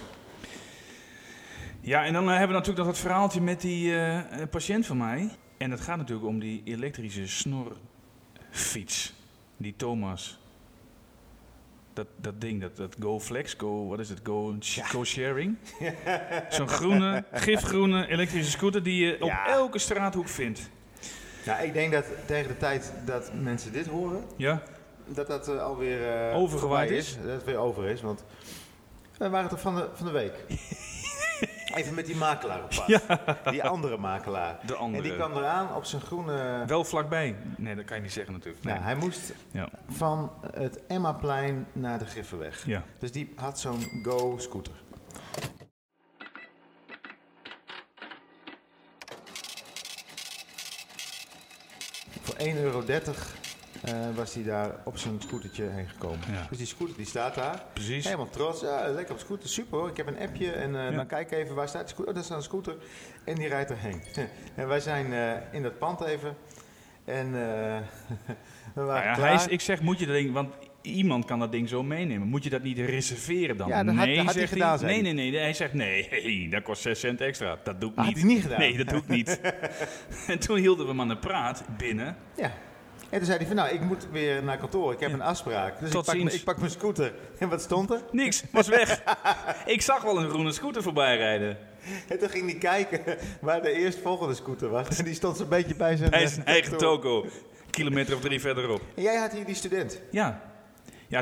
Speaker 1: Ja, en dan hebben we natuurlijk nog het verhaaltje met die patiënt van mij. En het gaat natuurlijk om die elektrische snorfiets. Die Thomas. Dat ding, dat GoFlex, wat is het? Go-sharing. Zo'n gifgroene elektrische scooter die je op elke straathoek vindt.
Speaker 3: Nou, ik denk dat tegen de tijd dat mensen dit horen, dat alweer
Speaker 1: overgewaaid is.
Speaker 3: Dat het weer over is, want we waren toch van de week. Even met die makelaar op pad. Ja. Die andere makelaar.
Speaker 1: De andere.
Speaker 3: En die kwam eraan op zijn groene...
Speaker 1: Wel vlakbij. Nee, dat kan je niet zeggen natuurlijk. Nee.
Speaker 3: Ja, hij moest van het Emmaplein naar de Griffenweg. Ja. Dus die had zo'n Go-scooter. Voor €1,30 was hij daar op zijn scootertje heen gekomen. Ja. Dus die scooter die staat daar. Precies. Helemaal trots. Ja, lekker op scooter. Super hoor. Ik heb een appje en dan kijk even waar staat de scooter. Oh, daar staat een scooter. En die rijdt erheen. En wij zijn in dat pand even. En we waren klaar.
Speaker 1: Ik zeg, moet je dat ding... Want iemand kan dat ding zo meenemen. Moet je dat niet reserveren dan?
Speaker 3: Ja, dat had hij gedaan.
Speaker 1: Nee. Hij zegt, nee, dat kost 6 cent extra. Dat doe ik niet.
Speaker 3: Had hij niet gedaan?
Speaker 1: Nee, dat doe ik niet. En toen hielden we hem aan de praat binnen.
Speaker 3: Ja. En toen zei hij van, nou, ik moet weer naar kantoor. Ik heb een afspraak. Dus ik pak mijn scooter. En wat stond er?
Speaker 1: Niks, was weg. Ik zag wel een groene scooter voorbij rijden.
Speaker 3: En toen ging hij kijken waar de eerstvolgende scooter was. En die stond zo'n beetje bij zijn
Speaker 1: eigen toko. Kilometer of 3 verderop.
Speaker 3: En jij had hier die student?
Speaker 1: Ja. Ja,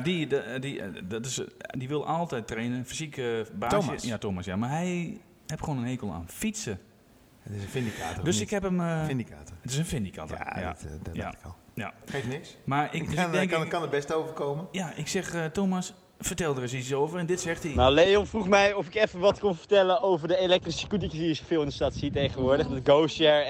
Speaker 1: die wil altijd trainen. Fysieke baasje.
Speaker 3: Thomas?
Speaker 1: Ja, Thomas, ja. Maar hij heeft gewoon een hekel aan fietsen.
Speaker 3: Het is een vindicator.
Speaker 1: Dus ik heb hem...
Speaker 3: Vindicator.
Speaker 1: Het is een vindicator.
Speaker 3: Ja, dat dacht ik al.
Speaker 1: Ja.
Speaker 3: Geeft niks.
Speaker 1: Maar ik
Speaker 3: kan het best overkomen.
Speaker 1: Ja, ik zeg, Thomas, vertel er eens iets over. En dit zegt hij.
Speaker 11: Nou, Leon vroeg mij of ik even wat kon vertellen over de elektrische scootertjes die je zoveel in de stad ziet tegenwoordig. De GoShare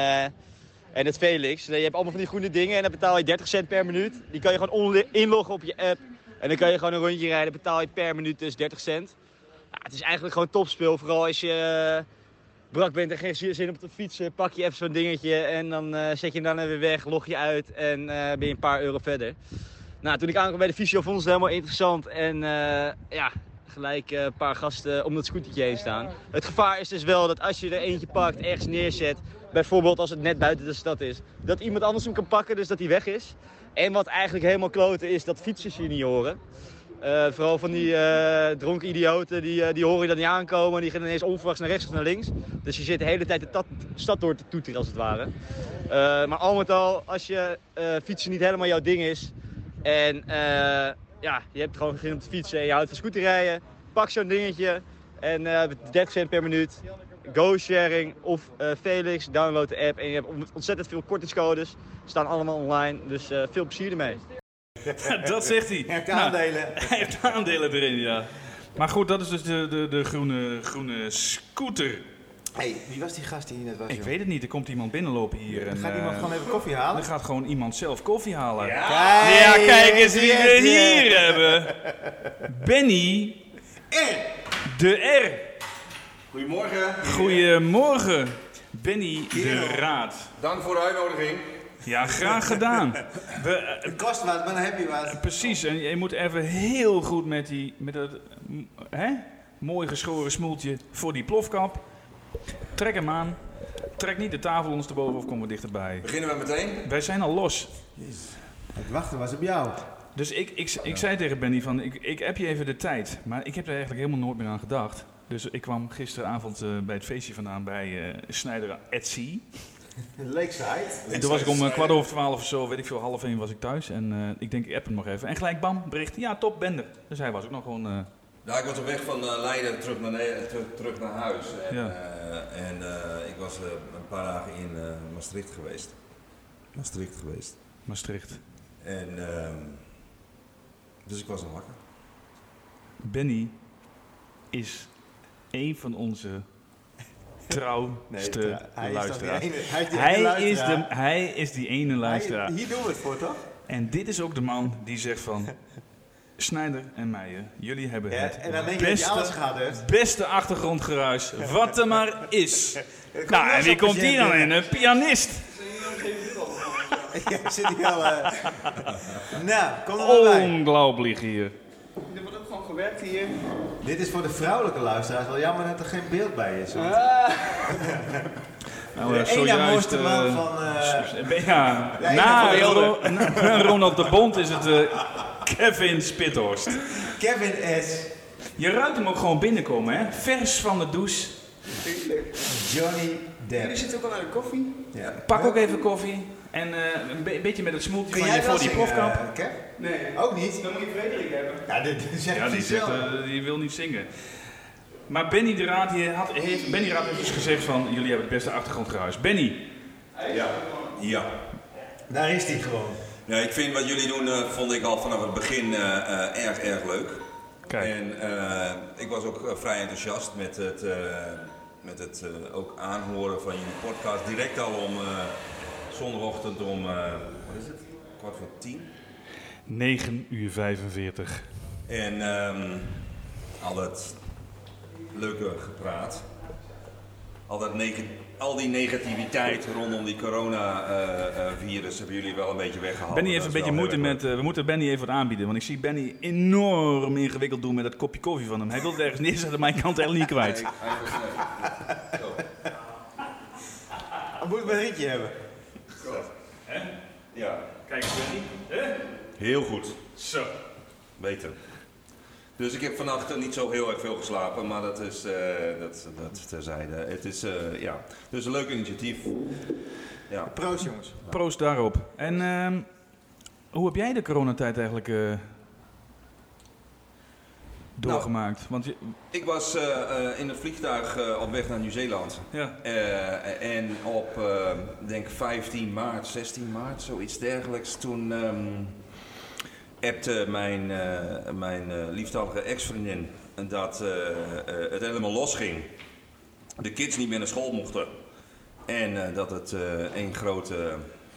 Speaker 11: en het Felix. Je hebt allemaal van die groene dingen en dan betaal je 30 cent per minuut. Die kan je gewoon inloggen op je app. En dan kan je gewoon een rondje rijden. Betaal je per minuut dus 30 cent. Nou, het is eigenlijk gewoon topspeel. Vooral als je brak bent en geen zin op te fietsen. Pak je even zo'n dingetje en dan zet je hem dan weer weg. Log je uit en ben je een paar euro verder. Nou, toen ik aankwam bij de fysio vond ze het helemaal interessant. En gelijk een paar gasten om dat scootertje heen staan. Het gevaar is dus wel dat als je er eentje pakt, ergens neerzet. Bijvoorbeeld als het net buiten de stad is. Dat iemand anders hem kan pakken, dus dat hij weg is. En wat eigenlijk helemaal kloten is, dat fietsers je niet horen. Vooral van die dronken idioten, die horen je dan niet aankomen. Die gaan ineens onverwachts naar rechts of naar links. Dus je zit de hele tijd de stad door te toeteren als het ware. Maar al met al, als je fietsen niet helemaal jouw ding is. En je hebt gewoon geen om te fietsen en je houdt van scooterrijden. Pak zo'n dingetje en 30 cent per minuut. GoSharing of Felix. Download de app en je hebt ontzettend veel kortingscodes. Staan allemaal online, dus veel plezier ermee.
Speaker 1: Dat zegt hij.
Speaker 3: Hij heeft aandelen.
Speaker 1: Hij heeft aandelen erin, ja. Maar goed, dat is dus de groene scooter.
Speaker 3: Hey, wie was die gast die hier net was?
Speaker 1: Ik
Speaker 3: joh?
Speaker 1: weet het niet, er komt iemand binnenlopen hier. En,
Speaker 3: Gaat iemand gewoon even koffie halen?
Speaker 1: Dan gaat gewoon iemand zelf koffie halen.
Speaker 3: Ja,
Speaker 1: Kijk eens wie we hier hebben. Benny de R.
Speaker 12: Goedemorgen.
Speaker 1: Goedemorgen. Benny de Raad.
Speaker 12: Dank voor de uitnodiging.
Speaker 1: Ja, graag gedaan.
Speaker 3: Het kost wat, maar dan heb je wat.
Speaker 1: Precies, en je moet even heel goed met dat mooi geschoren smoeltje voor die plofkap. Trek hem aan. Trek niet de tafel ondersteboven of kom er dichterbij.
Speaker 12: Beginnen we meteen?
Speaker 1: Wij zijn al los.
Speaker 3: Jezus. Het wachten was op jou.
Speaker 1: Dus ik zei tegen Benny van, ik heb je even de tijd. Maar ik heb er eigenlijk helemaal nooit meer aan gedacht. Dus ik kwam gisteravond bij het feestje vandaan bij Snijder at Sea.
Speaker 3: Lakeside.
Speaker 1: En toen was ik om 11:15 of zo, weet ik veel, 12:30 was ik thuis. En ik denk, ik app hem nog even. En gelijk bam, bericht, ja top, Bender. Dus hij was ook nog gewoon...
Speaker 12: Ja, ik was op weg van Leiden terug naar huis. En,
Speaker 1: Ja.
Speaker 12: Ik was een paar dagen in Maastricht geweest.
Speaker 1: Maastricht.
Speaker 12: En dus ik was al wakker.
Speaker 1: Benny is een van onze trouwste luisteraars. Hij is die ene luisteraar.
Speaker 3: Hier doen we het voor, toch?
Speaker 1: En dit is ook de man die zegt van... Snijder en Meijer, jullie hebben het
Speaker 3: en dan denk je dat je alles gehad hebt.
Speaker 1: beste achtergrondgeruis wat er maar is. Nou, en wie komt hier dan in? Een pianist.
Speaker 3: Ja, zit hier al... Nou, kom er maar bij.
Speaker 1: Ongelooflijk hier.
Speaker 13: Er wordt ook gewoon gewerkt hier.
Speaker 3: Dit is voor de vrouwelijke luisteraars wel jammer dat er geen beeld bij is. Want...
Speaker 1: Nou,
Speaker 3: de ene mooiste man van...
Speaker 1: na Ronald de Bond is het Kevin Spithorst.
Speaker 3: Kevin S.
Speaker 1: Je ruikt hem ook gewoon binnenkomen, hè? Vers van de douche.
Speaker 3: Johnny Depp.
Speaker 13: Jullie zitten ook al aan de koffie.
Speaker 3: Ja.
Speaker 1: Pak ook even koffie. En een beetje met het smoeltje van je voor die plofkap.
Speaker 13: Nee.
Speaker 3: Ook niet?
Speaker 13: Dan moet je Frederik hebben.
Speaker 3: Ja, dit zeg
Speaker 1: Ja, die, zegt, die wil niet zingen. Maar Benny de Raad, Benny Raad heeft dus gezegd van, jullie hebben het beste achtergrondgeruis. Benny.
Speaker 12: Ja.
Speaker 3: Daar is hij gewoon.
Speaker 12: Ja, ik vind wat jullie doen, vond ik al vanaf het begin erg leuk.
Speaker 1: Kijk.
Speaker 12: En ik was ook vrij enthousiast met het ook aanhoren van jullie podcast. Direct al om zondagochtend om, wat is het?
Speaker 1: 9:45.
Speaker 12: En al dat leuke gepraat. Al die negativiteit rondom die coronavirus hebben jullie wel een beetje weggehaald.
Speaker 1: Benny heeft een beetje moeite met... we moeten Benny even wat aanbieden. Want ik zie Benny enorm ingewikkeld doen met dat kopje koffie van hem. Hij wil het ergens neerzetten, maar ik kan het eigenlijk niet kwijt.
Speaker 3: Hij moet een ritje hebben.
Speaker 1: Hè?
Speaker 12: Ja.
Speaker 1: Kijk eens, Benny. Hè?
Speaker 12: Heel goed.
Speaker 1: Zo.
Speaker 12: Beter. Dus ik heb vannacht niet zo heel erg veel geslapen, maar dat is dat terzijde. Het is dus een leuk initiatief. Ja.
Speaker 3: Proost jongens.
Speaker 1: Proost daarop. En hoe heb jij de coronatijd eigenlijk doorgemaakt? Want
Speaker 12: ik was in het vliegtuig op weg naar Nieuw-Zeeland.
Speaker 1: Ja.
Speaker 12: En op denk 15 maart, 16 maart, zoiets dergelijks, toen appte mijn lieftallige ex-vriendin dat het helemaal losging. De kids niet meer naar school mochten. En dat het één grote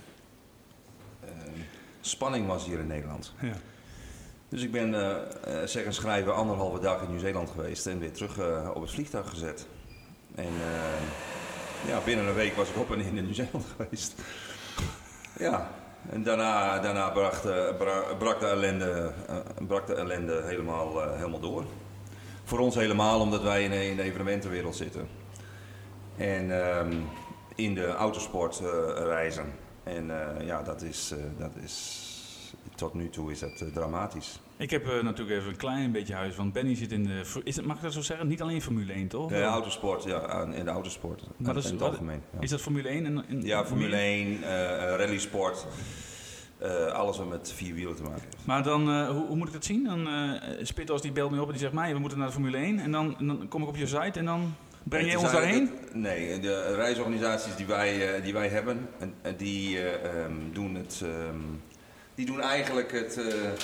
Speaker 12: spanning was hier in Nederland.
Speaker 1: Ja.
Speaker 12: Dus ik ben zeg en schrijven 1,5 dag in Nieuw-Zeeland geweest en weer terug op het vliegtuig gezet. En binnen een week was ik op en in Nieuw-Zeeland geweest. Ja, en daarna brak de ellende helemaal door. Voor ons helemaal, omdat wij in de evenementenwereld zitten. En in de autosport reizen. En dat is tot nu toe is dat dramatisch.
Speaker 1: Ik heb natuurlijk even een klein beetje huis, want Benny zit in de... mag ik dat zo zeggen? Niet alleen Formule 1, toch?
Speaker 12: De autosport, ja, in de autosport.
Speaker 1: Maar dat is,
Speaker 12: in het algemeen. Ja.
Speaker 1: Is dat Formule 1?
Speaker 12: Ja, Formule 1, rallysport. Alles wat met 4 wielen te maken heeft.
Speaker 1: Maar dan, hoe moet ik dat zien? Dan Spithorst die belt me op en die zegt, we moeten naar de Formule 1. En dan kom ik op je site en dan... Breng je
Speaker 12: Het is
Speaker 1: ons daarheen?
Speaker 12: eigenlijk nee, de reisorganisaties die wij hebben, die doen het... die doen eigenlijk het...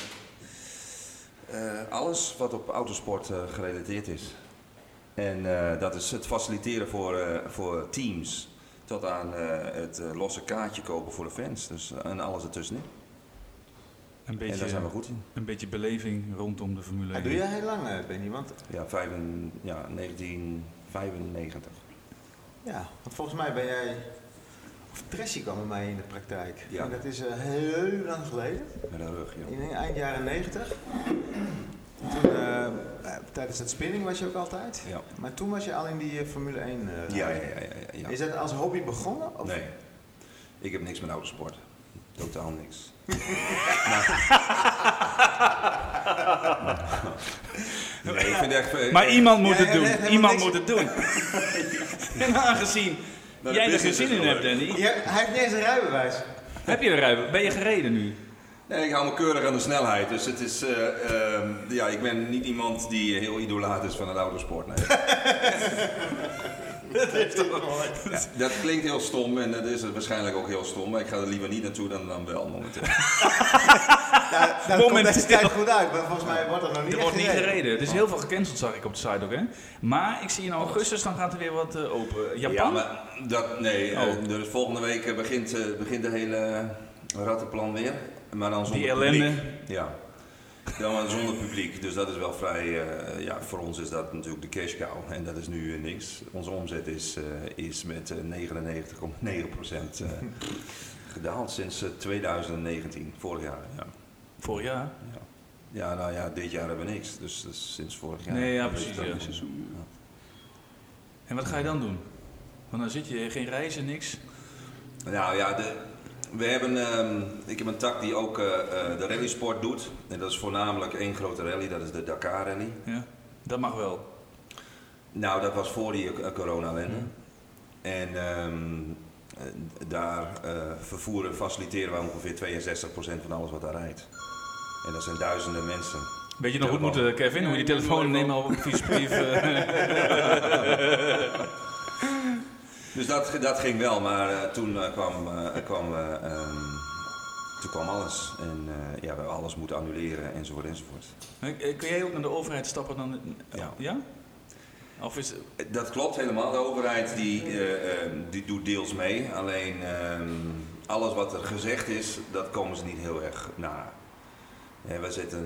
Speaker 12: alles wat op autosport gerelateerd is. En dat is het faciliteren voor teams tot aan het losse kaartje kopen voor de fans. Dus, en alles ertussenin.
Speaker 1: Een beetje,
Speaker 12: en daar zijn we goed in.
Speaker 1: Een beetje beleving rondom de Formule 1.
Speaker 3: Doe jij heel lang, Benny? Want...
Speaker 12: Ja, 1995.
Speaker 3: Ja, want volgens mij ben jij... Of Tracy kwam bij mij in de praktijk.
Speaker 12: Ja.
Speaker 3: En dat is heel lang geleden.
Speaker 12: Met een rug, ja.
Speaker 3: In eind jaren 90. Toen, tijdens het spinning was je ook altijd.
Speaker 12: Ja.
Speaker 3: Maar toen was je al in die Formule 1.
Speaker 12: Ja.
Speaker 3: Is dat als hobby begonnen? Of?
Speaker 12: Nee, ik heb niks met autosport. Totaal niks. Nee, ik vind echt,
Speaker 1: maar iemand moet het doen. Iemand
Speaker 3: niks.
Speaker 1: moet het doen. En aangezien jij er geen zin in hebt, Danny.
Speaker 3: Ja, hij heeft niet eens een rijbewijs.
Speaker 1: Heb je een rijbewijs? Ben je gereden nu?
Speaker 12: Nee, ik hou me keurig aan de snelheid. Dus het is, ik ben niet iemand die heel idolaat is van het autosport. Nee. Dat klinkt heel stom en dat is het waarschijnlijk ook heel stom. Maar ik ga er liever niet naartoe dan wel momenteel.
Speaker 3: Dat komt deze tijd goed uit, maar volgens mij wordt er nog niet
Speaker 1: Er wordt niet gereden. Er is heel veel gecanceld, zag ik op de site ook, hè? Maar ik zie in augustus, dan gaat er weer wat open. Japan?
Speaker 12: Ja, maar dus volgende week begint de hele rattenplan weer. Maar dan zonder
Speaker 1: Die ellende.
Speaker 12: publiek. Ja. Dan maar zonder publiek. Dus dat is wel vrij... voor ons is dat natuurlijk de cash cow. En dat is nu niks. Onze omzet is met 99,9% gedaald sinds 2019. Vorig jaar, ja.
Speaker 1: Vorig jaar?
Speaker 12: Ja. Ja, nou ja, dit jaar hebben we niks. Dus sinds vorig jaar.
Speaker 1: Nee, ja, precies.
Speaker 12: Dat
Speaker 1: Ja.
Speaker 12: is seizoen. Ja.
Speaker 1: En wat ga je dan doen? Want dan zit je geen reizen, niks.
Speaker 12: Nou ja, ik heb een tak die ook de rallysport doet. En dat is voornamelijk één grote rally, dat is de Dakar Rally.
Speaker 1: Ja, dat mag wel.
Speaker 12: Nou, dat was voor die corona-ellende. En daar faciliteren we ongeveer 62% van alles wat daar rijdt. En dat zijn duizenden mensen.
Speaker 1: Weet je nog goed moeten, Kevin? Hoe je die telefoon neemt al op een viesbrief.
Speaker 12: Dus dat ging wel, maar toen kwam alles. En we hebben alles moeten annuleren, enzovoort.
Speaker 1: Kun jij ook naar de overheid stappen dan? Ja? Of is...
Speaker 12: Dat klopt helemaal. De overheid die doet deels mee. Alleen alles wat er gezegd is, dat komen ze niet heel erg na. Wij zitten...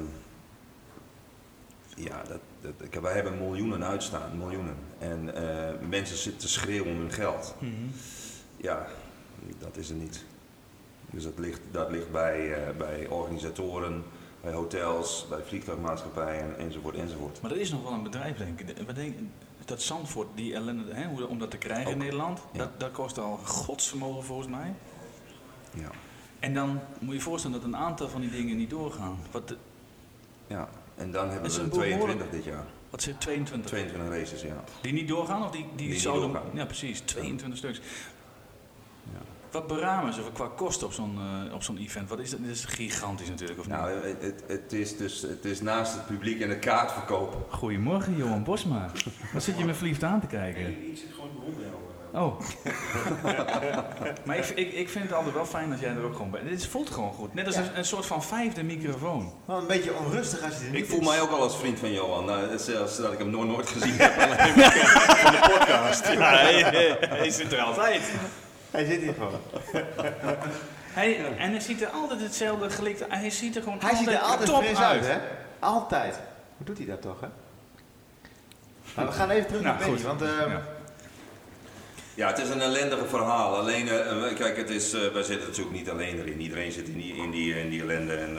Speaker 12: wij hebben miljoenen uitstaan, miljoenen. En mensen zitten te schreeuwen om hun geld.
Speaker 1: Mm-hmm.
Speaker 12: Ja, dat is er niet. Dus dat ligt bij organisatoren, bij hotels, bij vliegtuigmaatschappijen enzovoort.
Speaker 1: Maar er is nog wel een bedrijf, denk ik. Wat denk je? Dat Zandvoort, die ellende, om dat te krijgen ook in Nederland, ja. dat kost al godsvermogen volgens mij.
Speaker 12: Ja.
Speaker 1: En dan moet je je voorstellen dat een aantal van die dingen niet doorgaan.
Speaker 12: Ja, en dan hebben we er 22 dit jaar.
Speaker 1: Wat zit 22?
Speaker 12: 22 races, ja.
Speaker 1: Die niet doorgaan of die zouden...
Speaker 12: niet doorgaan.
Speaker 1: Ja, precies. 22 stuks.
Speaker 12: Ja.
Speaker 1: Wat beramen ze qua kosten op zo'n event? Wat is dat? Dat is gigantisch natuurlijk, of niet?
Speaker 12: Nou, het is naast het publiek en de kaartverkoop.
Speaker 1: Goedemorgen, Johan Bosma. Wat zit je me verliefd aan te kijken?
Speaker 13: Ik zit gewoon rond jou.
Speaker 1: Oh. Maar ik vind het altijd wel fijn dat jij er ook gewoon bent. Dit voelt gewoon goed. Net als een soort van vijfde microfoon.
Speaker 3: Wel een beetje onrustig als je er niet
Speaker 12: Ik voel
Speaker 3: is.
Speaker 12: mij ook al als vriend van Johan. Nou, zelfs dat ik hem nooit gezien heb. Alleen van de podcast.
Speaker 1: Ja, hij zit er altijd.
Speaker 3: Hij zit hier gewoon.
Speaker 1: En hij ziet er altijd hetzelfde gelikte. Hij ziet er gewoon
Speaker 3: Hij ziet er altijd
Speaker 1: top
Speaker 3: fris uit, hè? Altijd. Hoe doet hij dat toch, hè? Maar we gaan even terug naar Benny, want...
Speaker 12: Ja, het is een ellendige verhaal. Alleen, kijk, wij zitten natuurlijk niet alleen erin. Iedereen zit in die ellende. En,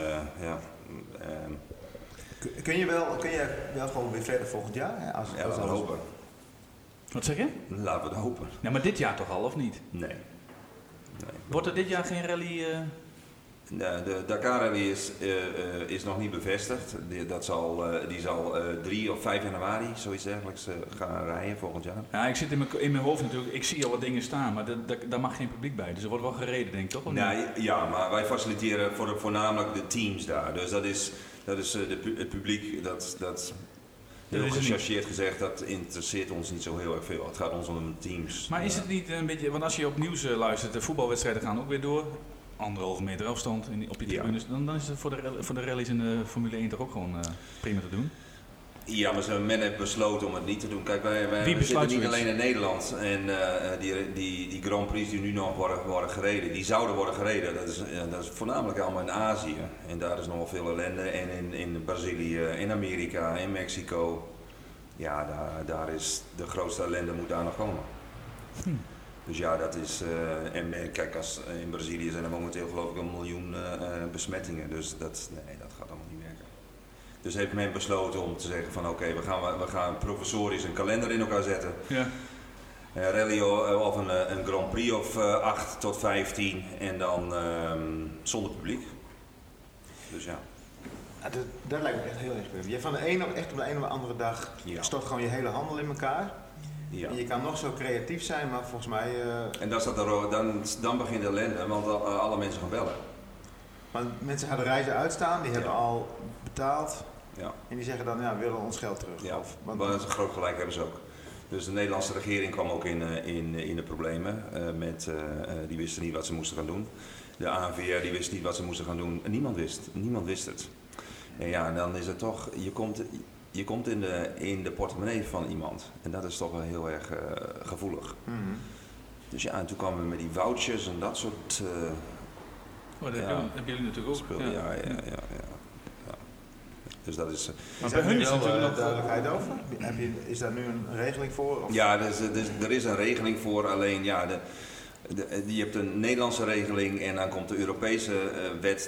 Speaker 3: Kun je wel gewoon weer verder volgend jaar? Hè?
Speaker 12: Laten we het hopen.
Speaker 1: Wat zeg je?
Speaker 12: Laten we het hopen.
Speaker 1: Ja, maar dit jaar toch al, of niet?
Speaker 12: Nee.
Speaker 1: Wordt er dit jaar geen rally...
Speaker 12: De Dakar Rally is nog niet bevestigd. Die zal 3 of 5 januari, zoiets dergelijks, gaan rijden volgend jaar.
Speaker 1: Ja, ik zit in mijn hoofd natuurlijk, ik zie al wat dingen staan, maar daar mag geen publiek bij. Dus er wordt wel gereden, denk ik, toch?
Speaker 12: Ja, maar wij faciliteren voornamelijk de teams daar. Dus dat is het publiek, Heel
Speaker 1: is het niet.
Speaker 12: gechargeerd gezegd, dat interesseert ons niet zo heel erg veel. Het gaat ons om de teams.
Speaker 1: Maar is het niet een beetje, want als je op nieuws luistert, de voetbalwedstrijden gaan ook weer door. 1,5 meter afstand op je tribunes. Dan is het voor de rallies in de Formule 1 toch ook gewoon prima te doen?
Speaker 12: Ja, maar men heeft besloten om het niet te doen. Kijk, wij
Speaker 1: Wie
Speaker 12: zitten
Speaker 1: besluit
Speaker 12: niet
Speaker 1: zoiets?
Speaker 12: alleen in Nederland. En die Grand Prix die nu nog worden gereden, die zouden worden gereden. Dat is voornamelijk allemaal in Azië. En daar is nog wel veel ellende. En in Brazilië, in Amerika, in Mexico. Ja, daar is de grootste ellende moet daar nog komen. Dus ja, dat is... kijk, in Brazilië zijn er momenteel geloof ik 1 miljoen besmettingen. Dus dat gaat allemaal niet werken. Dus heeft men besloten om te zeggen van oké, we gaan professorisch een kalender in elkaar zetten.
Speaker 1: Ja.
Speaker 12: Rally of een Grand Prix of 8 tot 15 en dan zonder publiek. Dus ja.
Speaker 3: Ja, dat lijkt me echt heel erg. Je van de ene op de een of andere dag stort gewoon je hele handel in elkaar.
Speaker 12: Ja.
Speaker 3: En je kan nog zo creatief zijn, maar volgens mij...
Speaker 12: En dan begint de ellende, want alle mensen gaan bellen.
Speaker 3: Maar mensen gaan de reizen uitstaan, die hebben al betaald.
Speaker 12: Ja.
Speaker 3: En die zeggen dan, ja, we willen ons geld terug.
Speaker 12: Ja, maar dat is een groot gelijk hebben ze ook. Dus de Nederlandse regering kwam ook in de problemen. Die wisten niet wat ze moesten gaan doen. De ANVR die wist niet wat ze moesten gaan doen. Niemand wist het. En ja, dan is het toch, je komt in de portemonnee van iemand. En dat is toch wel heel erg gevoelig.
Speaker 3: Mm-hmm.
Speaker 12: Dus ja, en toen kwamen we met die vouchers en dat soort...
Speaker 1: dat hebben jullie natuurlijk ook.
Speaker 12: Ja. Dus dat is...
Speaker 3: Maar bij hun is er natuurlijk nog duidelijkheid over. Is daar nu een regeling voor? Of?
Speaker 12: Ja, er is een regeling voor. Alleen ja, je hebt een Nederlandse regeling en dan komt de Europese wet.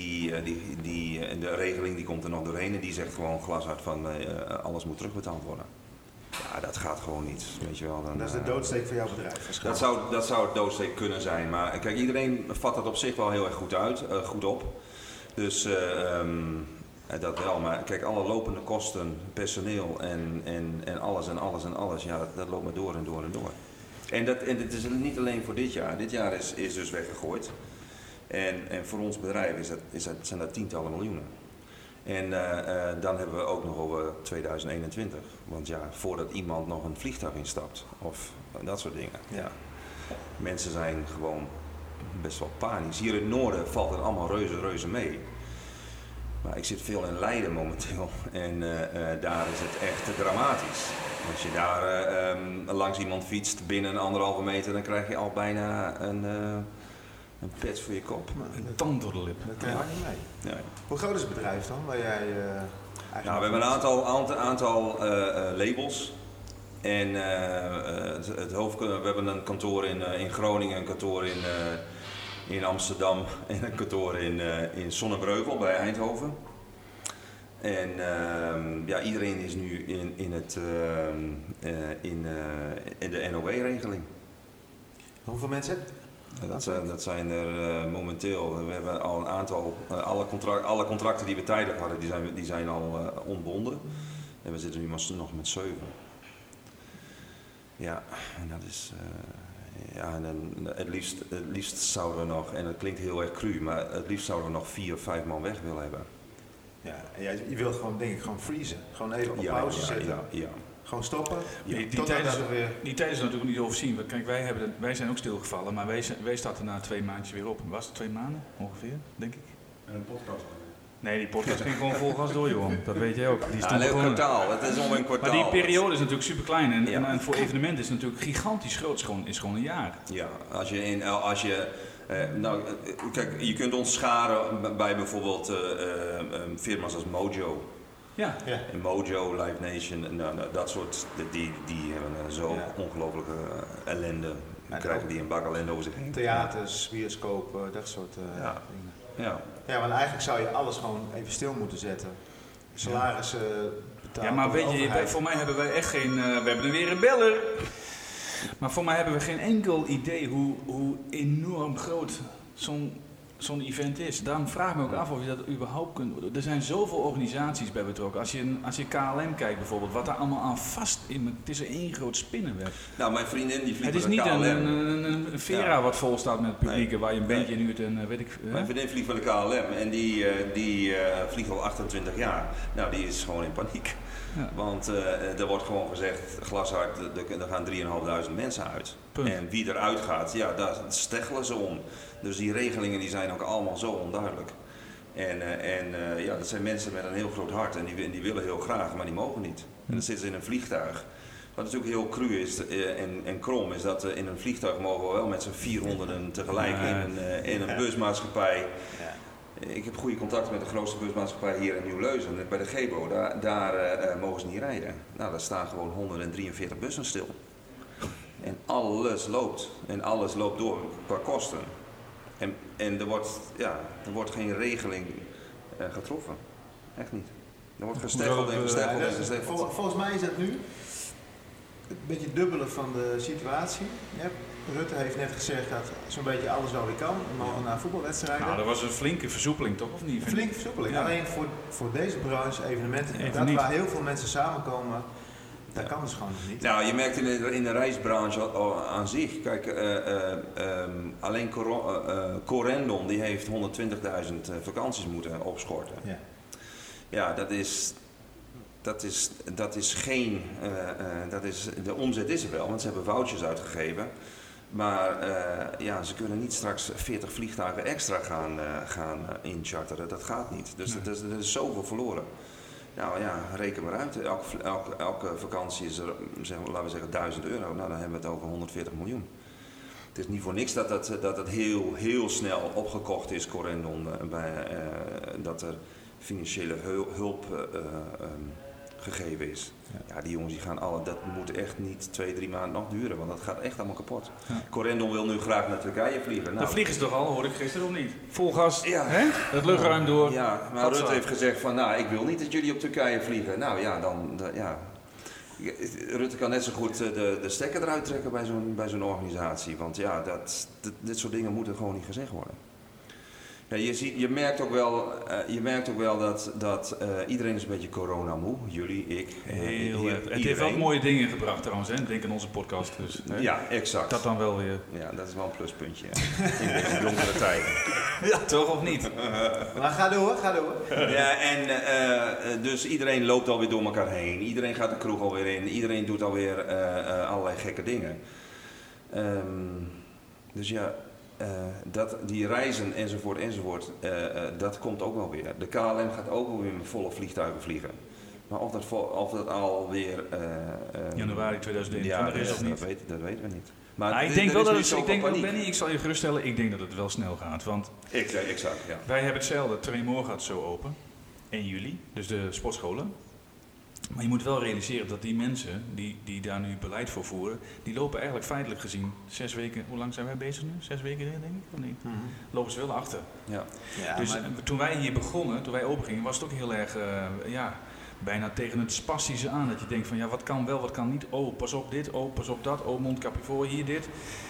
Speaker 12: De regeling die komt er nog doorheen en die zegt gewoon glashard van alles moet terugbetaald worden. Ja, dat gaat gewoon niet. Weet je wel, dan,
Speaker 3: dat is de doodsteek van jouw bedrijf.
Speaker 12: Dat zou het doodsteek kunnen zijn. Maar kijk, iedereen vat dat op zich wel heel erg goed op. Dus... dat wel, maar kijk, alle lopende kosten, personeel en alles, ja, dat loopt maar door. En het is niet alleen voor dit jaar. Dit jaar is dus weggegooid. En voor ons bedrijf zijn dat tientallen miljoenen. En dan hebben we ook nog over 2021. Want ja, voordat iemand nog een vliegtuig instapt of dat soort dingen. Ja. Mensen zijn gewoon best wel panisch. Hier in het noorden valt het allemaal reuze mee. Maar ik zit veel in Leiden momenteel en daar is het echt dramatisch. Als je daar langs iemand fietst binnen 1,5 meter, dan krijg je al bijna een pet voor je kop.
Speaker 1: Een tand door de lip.
Speaker 3: Dat krijg je niet mee.
Speaker 12: Nee.
Speaker 3: Hoe groot is het bedrijf dan, waar jij
Speaker 12: we hebben een aantal labels. En we hebben een kantoor in Groningen, een kantoor in Amsterdam en een kantoor in Zonnebreugel bij Eindhoven. En iedereen is nu in de NOW-regeling.
Speaker 3: Hoeveel mensen heb je?
Speaker 12: Dat zijn er momenteel. We hebben al een aantal, alle contracten die we tijdelijk hadden, die zijn al ontbonden. En we zitten nu nog met 7. Ja, en dat is... Ja, en het liefst zouden we nog, en het klinkt heel erg cru, maar het liefst zouden we nog 4 of 5 man weg willen hebben.
Speaker 3: Ja, en je wilt gewoon, denk ik, gewoon freezen. Gewoon even op pauze zetten.
Speaker 12: Ja.
Speaker 3: Gewoon stoppen.
Speaker 1: Die tijd is natuurlijk niet overzien. Want kijk, wij zijn ook stilgevallen, maar wij starten na 2 maandjes weer op. Was het 2 maanden ongeveer, denk ik?
Speaker 5: En een podcast.
Speaker 1: Nee, die podcast ging gewoon vol gas door, Johan. Dat weet jij ook.
Speaker 12: Die een kwartaal. Het is om een kwartaal.
Speaker 1: Maar die periode is natuurlijk super klein. En voor evenementen is het natuurlijk gigantisch groot. Het is gewoon een jaar.
Speaker 12: Ja, kijk, je kunt ons scharen bij bijvoorbeeld firma's als Mojo.
Speaker 1: Ja.
Speaker 12: En Mojo, Live Nation, dat soort, die hebben zo ongelofelijke ellende. Dan krijgen die een bak ellende over zich heen.
Speaker 3: Theaters, bioscopen, dat soort dingen.
Speaker 12: Ja,
Speaker 3: want eigenlijk zou je alles gewoon even stil moeten zetten. Salarissen betalen.
Speaker 1: Ja, maar weet je, voor mij hebben wij echt geen... we hebben er weer een beller. Maar voor mij hebben we geen enkel idee hoe enorm groot zo'n event is. Daarom vraag ik me ook af of je dat überhaupt kunt. Er zijn zoveel organisaties bij betrokken. Als je KLM kijkt bijvoorbeeld, wat daar allemaal aan vast in. Het is één groot spinnenweb.
Speaker 12: Nou, mijn vriendin die vliegt
Speaker 1: Het is
Speaker 12: met de
Speaker 1: niet
Speaker 12: KLM.
Speaker 1: een Vera wat vol staat met publiek waar je een bandje in huurt en weet ik.
Speaker 12: Mijn vriendin vliegt met de KLM en die vliegt al 28 jaar. Nou, die is gewoon in paniek.
Speaker 1: Ja.
Speaker 12: Want er wordt gewoon gezegd, glashard, er gaan 3.500 mensen uit.
Speaker 1: Punt.
Speaker 12: En wie eruit gaat, ja, daar steggelen ze om. Dus die regelingen die zijn ook allemaal zo onduidelijk. En dat zijn mensen met een heel groot hart en die willen heel graag, maar die mogen niet. En dan zitten ze in een vliegtuig. Wat natuurlijk heel cru is en krom is dat in een vliegtuig mogen we wel met z'n 400 tegelijk in een busmaatschappij. Ja. Ik heb goede contacten met de grootste busmaatschappij hier in Nieuw-Leuzen, bij de Gebo. Daar mogen ze niet rijden. Nou, daar staan gewoon 143 bussen stil. En alles loopt. En alles loopt door qua kosten. En er wordt geen regeling getroffen. Echt niet. Er wordt gesteggeld en gesteggeld en gesteggeld.
Speaker 3: Volgens mij is dat nu een beetje het dubbele van de situatie. Rutte heeft net gezegd dat zo'n beetje alles wel weer kan. We mogen naar voetbalwedstrijden.
Speaker 1: Nou, dat was een flinke versoepeling toch, of niet?
Speaker 3: Een flinke versoepeling. Ja. Alleen voor deze branche, evenementen, waar heel veel mensen samenkomen, dat kan dus gewoon niet.
Speaker 12: Nou, je merkt in de reisbranche aan zich. Kijk, alleen Corendon die heeft 120.000 vakanties moeten opschorten. Ja, ja de omzet is er wel, want ze hebben vouchers uitgegeven. Maar ze kunnen niet straks 40 vliegtuigen extra gaan incharteren. Dat gaat niet. Dus er is zoveel verloren. Nou ja, reken maar uit. Elke vakantie is er, laten we zeggen, €1000. Nou, dan hebben we het over 140 miljoen. Het is niet voor niks dat het heel, heel snel opgekocht is, Corendon. Dat er financiële hulp gegeven is. Ja, die jongens die gaan dat moet echt niet 2-3 maanden nog duren, want dat gaat echt allemaal kapot. Ja. Corendon wil nu graag naar Turkije vliegen. Nou,
Speaker 1: daar vliegen ze toch al, hoorde ik gisteren of niet? Vol gas, hè? Het luchtruim door.
Speaker 12: Ja, maar Rutte heeft gezegd van, ik wil niet dat jullie op Turkije vliegen. Nou ja, Rutte kan net zo goed de stekker eruit trekken bij zo'n organisatie. Want ja, dit soort dingen moeten gewoon niet gezegd worden. Ja, je merkt ook wel dat iedereen is een beetje corona-moe. Jullie, ik.
Speaker 1: Heel erg. Het heeft wel mooie dingen gebracht trouwens, hè? Denk aan onze podcast. Dus, hè?
Speaker 12: Ja, exact.
Speaker 1: Dat dan wel weer.
Speaker 12: Ja, dat is wel een pluspuntje. In deze donkere tijden.
Speaker 1: Ja, toch of niet?
Speaker 3: Maar ga door.
Speaker 12: Ja, en dus iedereen loopt alweer door elkaar heen. Iedereen gaat de kroeg alweer in. Iedereen doet alweer allerlei gekke dingen. Dus ja... die reizen enzovoort, dat komt ook wel weer. De KLM gaat ook wel weer met volle vliegtuigen vliegen. Maar of dat alweer...
Speaker 1: januari 2021 is of niet?
Speaker 12: Dat weten we niet. Maar
Speaker 1: ik denk wel dat het... Benny, ik zal je geruststellen, ik denk dat het wel snel gaat. Want
Speaker 12: exact, ja.
Speaker 1: Wij hebben hetzelfde. Tremor gaat zo open. 1 juli, dus de sportscholen. Maar je moet wel realiseren dat die mensen die daar nu beleid voor voeren, die lopen eigenlijk feitelijk gezien 6 weken, hoe lang zijn wij bezig nu? 6 weken denk ik, of niet? Mm-hmm. Lopen ze wel achter. Ja. Dus toen wij hier begonnen, toen wij opengingen, was het ook heel erg, bijna tegen het spastische aan. Dat je denkt van, wat kan wel, wat kan niet. Oh, pas op dit, oh, pas op dat, oh, mondkapje voor, hier dit.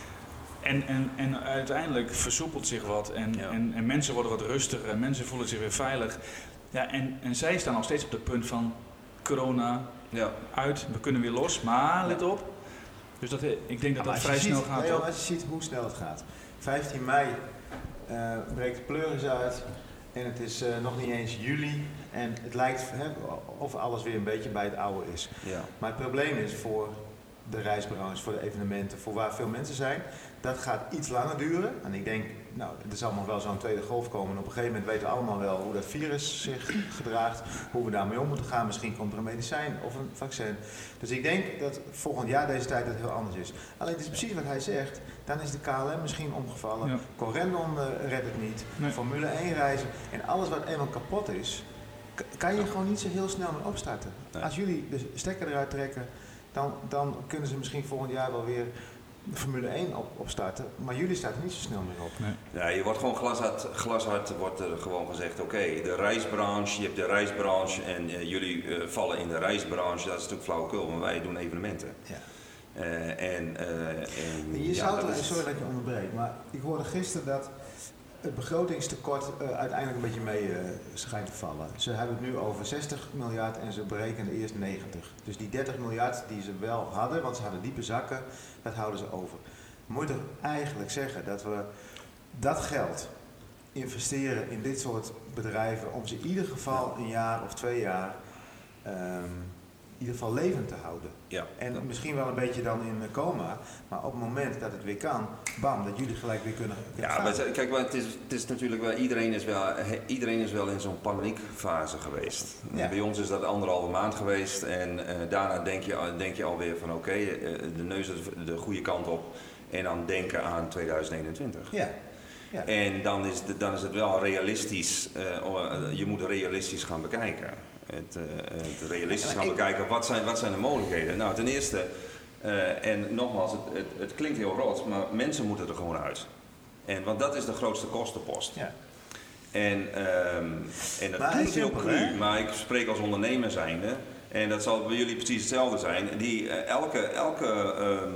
Speaker 1: En uiteindelijk versoepelt zich wat en mensen worden wat rustiger en mensen voelen zich weer veilig. Ja, en zij staan nog steeds op het punt van corona uit, we kunnen weer los, maar let op. Dus ik denk dat dat vrij snel gaat.
Speaker 3: Leon, als je ziet hoe snel het gaat. 15 mei breekt de pleuris uit en het is nog niet eens juli. En het lijkt of alles weer een beetje bij het oude is. Ja. Maar het probleem is voor de reisbranche, voor de evenementen, voor waar veel mensen zijn, dat gaat iets langer duren. En ik denk, er zal nog wel zo'n tweede golf komen. En op een gegeven moment weten we allemaal wel hoe dat virus zich gedraagt, hoe we daarmee om moeten gaan. Misschien komt er een medicijn of een vaccin. Dus ik denk dat volgend jaar deze tijd het heel anders is. Alleen het is precies wat hij zegt. Dan is de KLM misschien omgevallen. Ja. Corendon redt het niet. Nee. Formule 1 reizen. En alles wat eenmaal kapot is, kan je gewoon niet zo heel snel mee opstarten. Nee. Als jullie de stekker eruit trekken, dan kunnen ze misschien volgend jaar wel weer de Formule 1 opstarten, maar jullie staan er niet zo snel meer op.
Speaker 12: Nee. Ja, je wordt gewoon glashard wordt er gewoon gezegd, oké, de reisbranche, je hebt de reisbranche en jullie vallen in de reisbranche, dat is natuurlijk flauwekul, maar wij doen evenementen. Ja.
Speaker 3: Je zou sorry dat je onderbreekt, maar ik hoorde gisteren dat het begrotingstekort uiteindelijk een beetje mee schijnt te vallen. Ze hebben het nu over 60 miljard en ze berekenen eerst 90. Dus die 30 miljard die ze wel hadden, want ze hadden diepe zakken, dat houden ze over. Moet je toch eigenlijk zeggen dat we dat geld investeren in dit soort bedrijven om ze in ieder geval een jaar of 2 jaar in ieder geval levend te houden.
Speaker 12: Ja.
Speaker 3: En misschien wel een beetje dan in coma, maar op het moment dat het weer kan, bam, dat jullie gelijk weer kunnen gaan.
Speaker 12: Maar kijk, maar het is natuurlijk wel, iedereen is wel in zo'n paniekfase geweest.
Speaker 3: Ja.
Speaker 12: Bij ons is dat 1,5 maand geweest en daarna denk je alweer van oké, de neus is de goede kant op en dan denken aan 2021.
Speaker 3: Ja. Ja.
Speaker 12: En dan is het wel realistisch, je moet realistisch gaan bekijken. Het realistisch gaan bekijken, wat zijn de mogelijkheden? Nou, ten eerste, en nogmaals, het klinkt heel rot, maar mensen moeten er gewoon uit. Want dat is de grootste kostenpost.
Speaker 3: Ja.
Speaker 12: En dat klinkt heel cru, maar ik spreek als ondernemer zijnde, en dat zal bij jullie precies hetzelfde zijn, die elke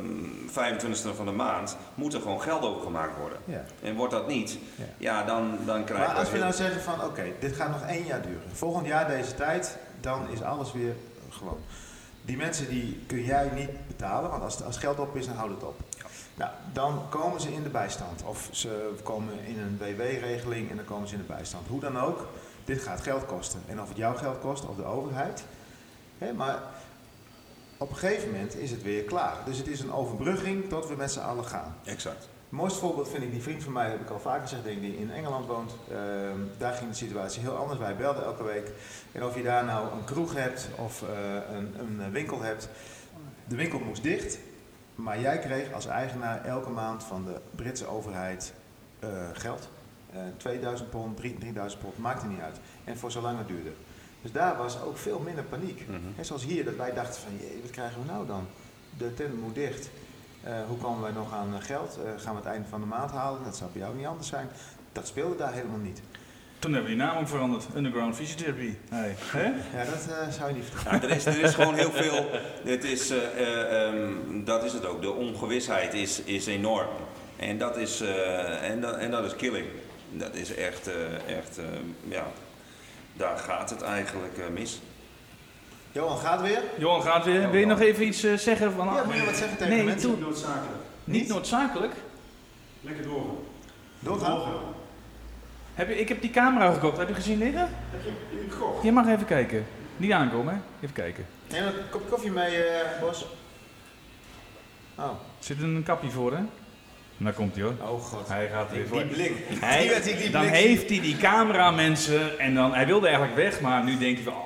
Speaker 12: 25e van de maand moet er gewoon geld overgemaakt worden. Ja. En wordt dat niet, dan krijg je...
Speaker 3: Maar als we nou zeggen van oké, dit gaat nog 1 jaar duren. Volgend jaar deze tijd, dan is alles weer gewoon. Die mensen die kun jij niet betalen, want als geld op is, dan houdt het op. Ja. Nou, dan komen ze in de bijstand. Of ze komen in een WW-regeling en dan komen ze in de bijstand. Hoe dan ook, dit gaat geld kosten. En of het jouw geld kost of de overheid. Maar op een gegeven moment is het weer klaar. Dus het is een overbrugging tot we met z'n allen gaan.
Speaker 12: Exact.
Speaker 3: Het mooiste voorbeeld vind ik die vriend van mij, heb ik al vaker gezegd, denk ik, die in Engeland woont. Daar ging de situatie heel anders. Wij belden elke week. En of je daar nou een kroeg hebt of een winkel hebt. De winkel moest dicht. Maar jij kreeg als eigenaar elke maand van de Britse overheid geld. 2000 pond, 3000 pond, maakte niet uit. En voor zolang het duurde. Dus daar was ook veel minder paniek. En zoals hier, dat wij dachten van, jee, wat krijgen we nou dan? De tent moet dicht. Hoe komen wij nog aan geld? Gaan we het einde van de maand halen? Dat zou bij jou niet anders zijn. Dat speelde daar helemaal niet.
Speaker 1: Toen hebben we die naam ook veranderd. Underground Fysiotherapie. Hey.
Speaker 3: Ja, dat zou je niet vertellen.
Speaker 12: Ja, er is gewoon heel veel. Dat is het ook. De ongewisheid is enorm. En dat is killing. Dat is echt daar gaat het eigenlijk mis.
Speaker 3: Johan gaat weer.
Speaker 1: Johan gaat weer. Wil je nog even iets zeggen? Van,
Speaker 3: ja, wil je wat zeggen tegen de mensen?
Speaker 1: Niet noodzakelijk. Niet noodzakelijk?
Speaker 13: Lekker doorgaan.
Speaker 3: Doorgaan?
Speaker 1: Ik heb die camera gekocht. Heb je gezien liggen?
Speaker 13: Heb je gekocht?
Speaker 1: Je mag even kijken. Niet aankomen, hè? Even kijken.
Speaker 3: Neem een kopje koffie mee, Bos. Oh.
Speaker 1: Zit er een kapje voor, hè? Daar komt hij hoor.
Speaker 3: Oh god.
Speaker 1: Hij gaat weer voor.
Speaker 3: Die blik.
Speaker 1: Dan heeft hij die camera mensen en dan, hij wilde eigenlijk weg, maar nu denkt hij van,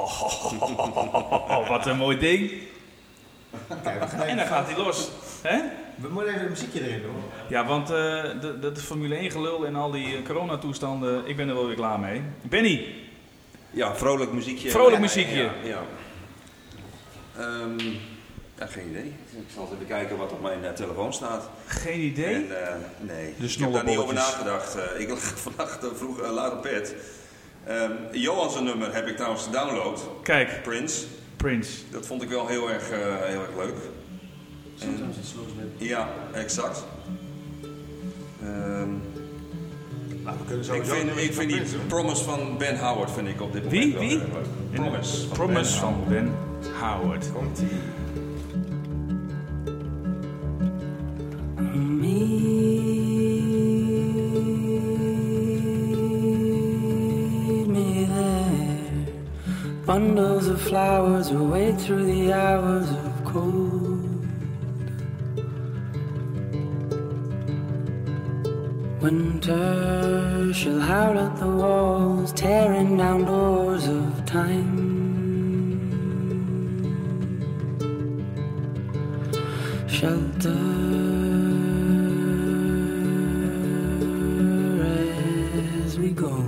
Speaker 1: wat een mooi ding. En dan gaat hij los. Hè?
Speaker 3: We moeten even een muziekje erin doen.
Speaker 1: Ja, want dat Formule 1 gelul en al die coronatoestanden, ik ben er wel weer klaar mee. Benny.
Speaker 12: Ja, vrolijk muziekje.
Speaker 1: Vrolijk muziekje.
Speaker 12: Ja. Geen idee. Ik zal eens even kijken wat op mijn telefoon staat.
Speaker 1: Geen idee?
Speaker 12: En, nee, ik heb daar niet over nagedacht. Ik lag vannacht laat op bed. Johan's nummer heb ik trouwens gedownload.
Speaker 1: Kijk.
Speaker 12: Prince. Dat vond ik wel heel erg leuk. Ja, exact. Ik vind die Promise van Ben Howard vind ik op dit moment wel leuk.
Speaker 1: Promise van Ben Howard.
Speaker 3: Komt-ie.
Speaker 14: Meet me there. Bundles of flowers away through the hours of cold. Winter shall howl at the walls, tearing down doors of time. Shelter as we go.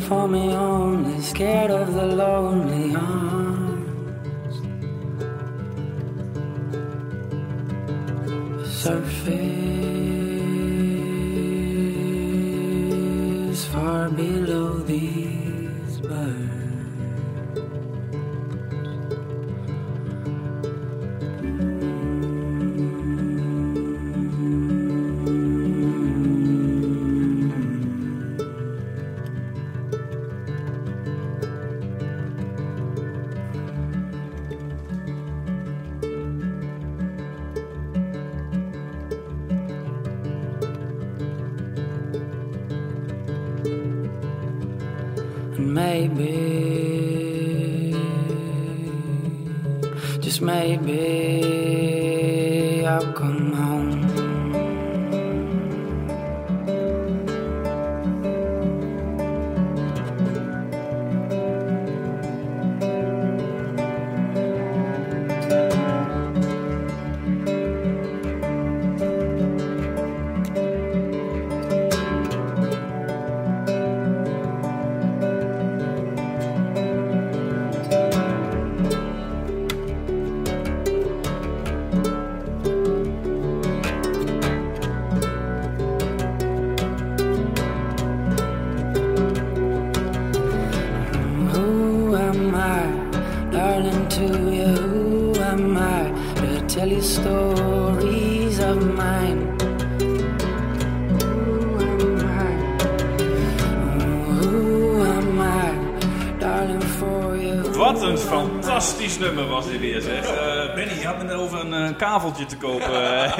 Speaker 14: for me only, scared of the lonely arms. Surface far below these birds. Maybe, just maybe I'll come home. Tell you stories of mine. Who am I, darling, for you?
Speaker 1: Wat een fantastisch nummer was dit weer, zeg. Benny, je had me over een kaveltje te kopen.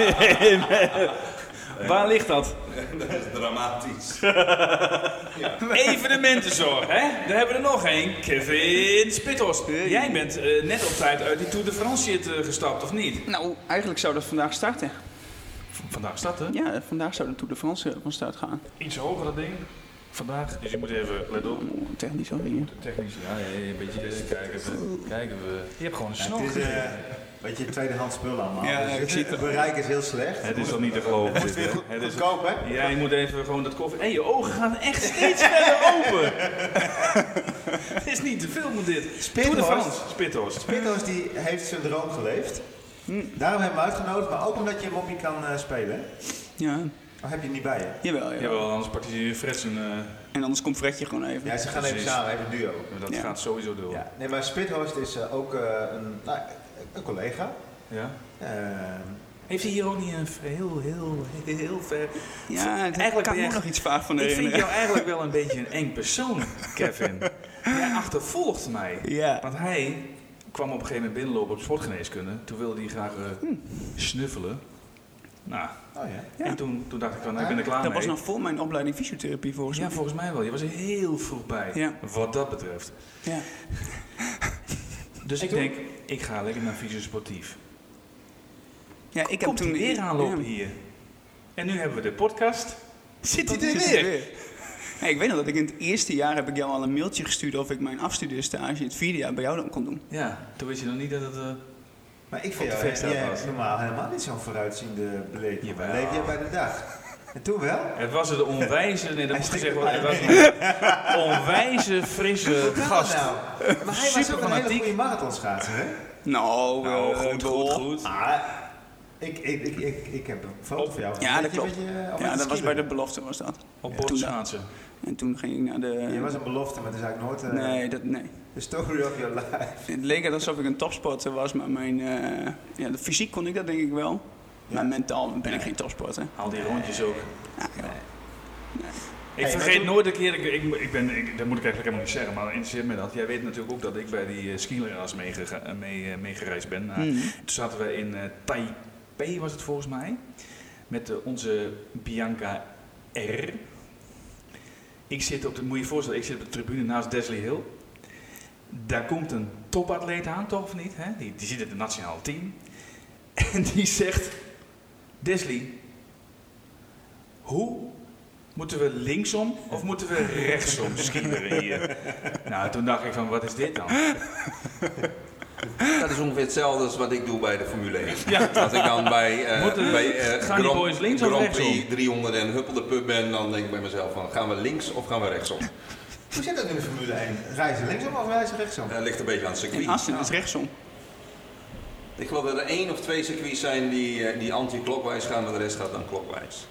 Speaker 1: Waar ligt dat?
Speaker 12: Dat is dramatisch.
Speaker 1: Ja. Evenementenzorg, hè? Daar hebben we er nog één. Kevin Spithorst. Jij bent net op tijd uit die Tour de France shit gestapt, of niet?
Speaker 10: Nou, eigenlijk zou dat vandaag starten.
Speaker 1: Vandaag starten?
Speaker 10: Ja, vandaag zou de Tour de France van start gaan.
Speaker 1: Iets hoger dat ding. Vandaag, dus je moet even, let op.
Speaker 10: Technisch al dingen.
Speaker 1: Technisch, ja, een beetje kijken we. Je hebt gewoon een snor.
Speaker 3: Het is een beetje tweedehands spul allemaal.
Speaker 10: Ja,
Speaker 3: dus
Speaker 10: ik zie het.
Speaker 3: Het bereik is heel slecht.
Speaker 1: Het is toch niet te geloven.
Speaker 3: Moet weer goedkoop, hè?
Speaker 1: Ja, je moet even gewoon dat koffie... Hé, je ogen gaan echt steeds verder open. Het is niet te veel met dit. Spithorst
Speaker 3: die heeft zijn droom geleefd. Daarom hebben we hem uitgenodigd, maar ook omdat je hem op je kan spelen.
Speaker 10: Ja.
Speaker 3: Of heb je niet bij je?
Speaker 10: Jawel.
Speaker 1: Jawel, anders pakt hij Fred zijn...
Speaker 10: En anders komt Fredje gewoon even.
Speaker 3: Ja, ze gaan even samen, even een duo.
Speaker 1: Dat gaat sowieso door.
Speaker 3: Ja. Nee, maar Spithorst is ook een collega.
Speaker 1: Ja. Heeft hij hier ook niet een heel ver...
Speaker 10: Ja, eigenlijk kan ik nog iets vaag van
Speaker 1: Ik vind jou eigenlijk wel een beetje een eng persoon, Kevin. Jij achtervolgt mij.
Speaker 10: Ja.
Speaker 1: Want hij kwam op een gegeven moment binnenlopen op sportgeneeskunde. Toen wilde hij graag snuffelen. Nou, en toen dacht ik van, ik ben er klaar mee.
Speaker 10: Dat was nog voor mijn opleiding fysiotherapie volgens mij.
Speaker 1: Ja, volgens mij wel. Je was er heel vroeg bij, wat dat betreft.
Speaker 10: Ja.
Speaker 1: Dus ik denk, ik ga lekker naar fysiosportief.
Speaker 10: Ja, ik heb toen
Speaker 1: weer aanlopen hier. En nu hebben we de podcast. Zit hij er weer?
Speaker 10: Ja, ik weet nog dat ik in het eerste jaar heb ik jou al een mailtje gestuurd of ik mijn afstudeerstage in het vierde jaar bij jou dan kon doen.
Speaker 1: Ja, toen wist je nog niet dat het...
Speaker 3: Maar ik vind jij normaal helemaal niet zo'n vooruitziende beleving. Leef jij bij de dag? En toen wel?
Speaker 1: Het was een onwijze... Nee, dat moet gezegd worden. Het was een onwijze, frisse gast.
Speaker 3: Nou? Maar hij was ook een hele goede marathonschaatser, hè?
Speaker 10: Nou,
Speaker 1: goed.
Speaker 3: Ik heb een foto van jou.
Speaker 10: Ja, dat klopt. Ja, dat was bij de belofte was dat.
Speaker 1: Op bordschaatsen.
Speaker 10: En toen ging ik naar de...
Speaker 3: Je was een belofte, maar dat is eigenlijk nooit...
Speaker 10: Nee.
Speaker 3: The story of your life.
Speaker 10: Het leek alsof ik een topsporter was, maar de fysiek kon ik dat denk ik wel. Ja. Maar mentaal ben ik geen topsporter.
Speaker 1: Haal die rondjes ook.
Speaker 10: Ja. Nee.
Speaker 1: Ik vergeet nooit een keer, dat moet ik eigenlijk helemaal niet zeggen, maar interesseert me dat. Jij weet natuurlijk ook dat ik bij die skileraars meegereisd ben. Toen zaten we in Taipei, was het volgens mij, met onze Bianca R. Moet je je voorstellen, ik zit op de tribune naast Desley Hill. Daar komt een topatleet aan, toch of niet? Hè? Die zit in het nationale team. En die zegt, Desley, hoe moeten we linksom of moeten we rechtsom skileren hier? Nou, toen dacht ik van, wat is dit dan?
Speaker 12: Dat is ongeveer hetzelfde als wat ik doe bij de Formule 1.
Speaker 1: Ja.
Speaker 12: Als ik dan bij
Speaker 1: gaan die boys links of
Speaker 12: Grand
Speaker 1: rechtsom?
Speaker 12: Prix 300 en huppel de pub ben, dan denk ik bij mezelf van, gaan we links of gaan we rechtsom?
Speaker 3: Hoe zit dat in de Formule 1? Rijden ze linksom of rijden ze rechtsom?
Speaker 12: Dat ligt een beetje aan het circuit.
Speaker 10: In Assen is rechtsom.
Speaker 12: Ik geloof dat er 1 of 2 circuits zijn die anti-klokwijs gaan, maar de rest gaat dan klokwijs.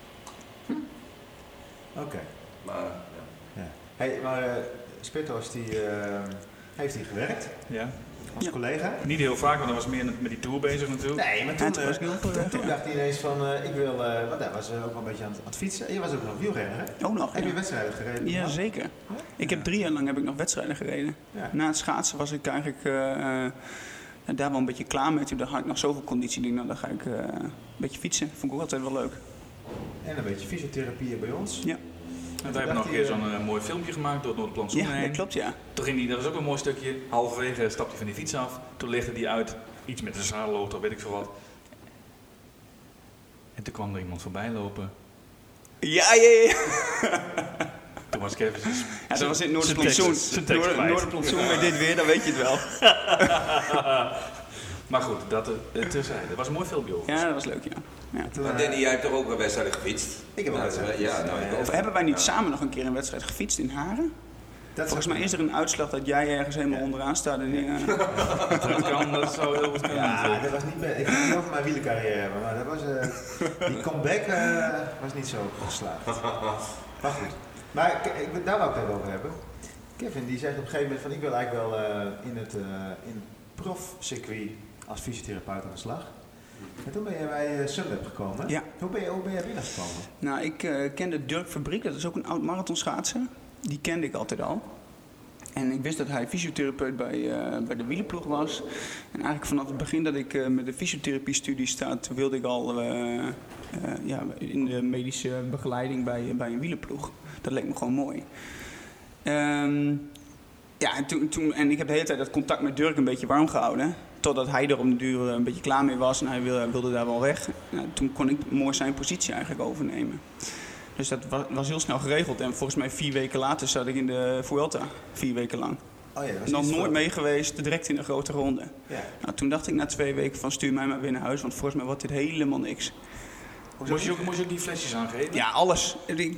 Speaker 3: Oké.
Speaker 12: Maar,
Speaker 3: ja. Hey, maar Spitos heeft hier gewerkt.
Speaker 1: Ja.
Speaker 3: Als collega.
Speaker 1: Niet heel vaak, want hij was meer met die tour bezig natuurlijk.
Speaker 3: Nee, maar toen dacht hij ineens van, ik wil, want hij was ook wel een beetje aan het fietsen. En je was ook nog wielrenner, hè?
Speaker 10: Oh, nog.
Speaker 3: Heb je wedstrijden gereden?
Speaker 10: Ja, zeker. Ja? Ik heb 3 jaar lang nog wedstrijden gereden. Ja. Na het schaatsen was ik eigenlijk daar wel een beetje klaar mee. Toen had ik nog zoveel conditie. Dan ga ik een beetje fietsen. Vond ik ook altijd wel leuk.
Speaker 3: En een beetje fysiotherapie bij ons.
Speaker 10: Ja.
Speaker 1: En wij hebben nog een keer zo'n mooi filmpje gemaakt door het Noorderplantsoen heen.
Speaker 10: Ja, dat klopt, ja.
Speaker 1: Toen ging hij, dat was ook een mooi stukje, halverwege stapte hij van die fiets af. Toen legde hij uit, iets met een zadelauto, weet ik veel wat. En toen kwam er iemand voorbij lopen.
Speaker 10: Ja.
Speaker 1: Toen was Kevin
Speaker 10: ja, dat was in het Noorderplantsoen met dit weer, dan weet je het wel.
Speaker 1: Maar goed, dat terzijde. Dat was een mooi filmpje over.
Speaker 10: Ja, dat was leuk, ja.
Speaker 12: Maar Danny, jij hebt toch ook wel wedstrijden gefietst?
Speaker 3: Ik heb ook wedstrijden.
Speaker 12: Ja, nou,
Speaker 10: hebben wij niet samen nog een keer een wedstrijd gefietst in Haren? Volgens mij is er een uitslag dat jij ergens helemaal onderaan staat. En
Speaker 1: dat zou heel goed kunnen.
Speaker 3: Ja, dat was niet ik ga niet over mijn wielercarrière hebben, maar dat was, die comeback was niet zo geslaagd. Maar goed. Maar daar wou ik het over hebben. Kevin die zegt op een gegeven moment van ik wil eigenlijk wel in het profcircuit als fysiotherapeut aan de slag. En toen ben jij bij Sunweb gekomen.
Speaker 10: Ja.
Speaker 3: Hoe ben jij binnengekomen?
Speaker 10: Nou, ik kende Dirk Fabriek, dat is ook een oud marathonschaatser. Die kende ik altijd al. En ik wist dat hij fysiotherapeut bij de wielerploeg was. En eigenlijk vanaf het begin dat ik met de fysiotherapie-studie sta, wilde ik al in de medische begeleiding bij een wielerploeg. Dat leek me gewoon mooi. En ik heb de hele tijd dat contact met Dirk een beetje warm gehouden. Totdat hij er om de duur een beetje klaar mee was en hij wilde daar wel weg. Nou, toen kon ik mooi zijn positie eigenlijk overnemen. Dus dat was heel snel geregeld. En volgens mij 4 weken later zat ik in de Vuelta. 4 weken lang.
Speaker 3: Oh ja,
Speaker 10: nog nooit mee geweest, direct in de grote ronde.
Speaker 3: Ja.
Speaker 10: Nou, toen dacht ik na 2 weken van stuur mij maar weer naar huis. Want volgens mij wordt dit helemaal niks.
Speaker 1: Moest je ook die flesjes aangeven?
Speaker 10: Ja, alles.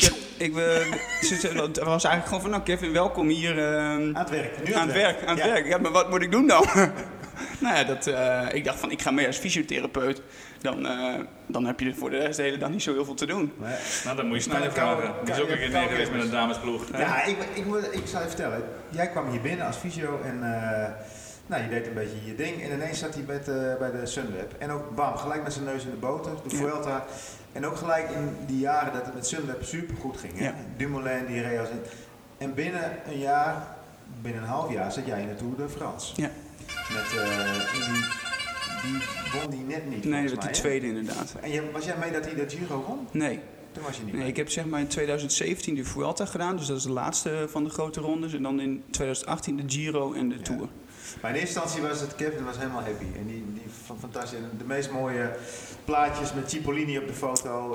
Speaker 10: Het was eigenlijk gewoon van, nou Kevin, welkom hier.
Speaker 3: Aan het werk.
Speaker 10: Aan het werk. Ja, maar wat moet ik doen dan? Nou ja, ik dacht van, ik ga mee als fysiotherapeut. Dan heb je voor de rest de hele dag niet zo heel veel te doen.
Speaker 3: Nee.
Speaker 1: Nou, dan moet je snel vragen. Die is ook een keer mee geweest met een damesploeg.
Speaker 3: Ja, ik zal je vertellen. Jij kwam hier binnen als fysio en je deed een beetje je ding. En ineens zat hij bij de Sunweb. En ook bam, gelijk met zijn neus in de boter, de Vuelta. Ja. En ook gelijk in die jaren dat het met Sunweb super goed ging. Ja. Dumoulin, die reed als en binnen een half jaar zat jij in de Tour de France.
Speaker 10: Ja.
Speaker 3: Met die won die net niet.
Speaker 10: Nee, dat was de tweede inderdaad.
Speaker 3: En was jij mee dat hij de Giro won?
Speaker 10: Nee.
Speaker 3: Toen was je niet
Speaker 10: mee. Ik heb zeg maar in 2017 de Vuelta gedaan, dus dat is de laatste van de grote rondes. En dan in 2018 de Giro en de Tour.
Speaker 3: Maar in eerste instantie was het, Kevin was helemaal happy. En die fantastisch. De meest mooie plaatjes met Cipollini op de foto.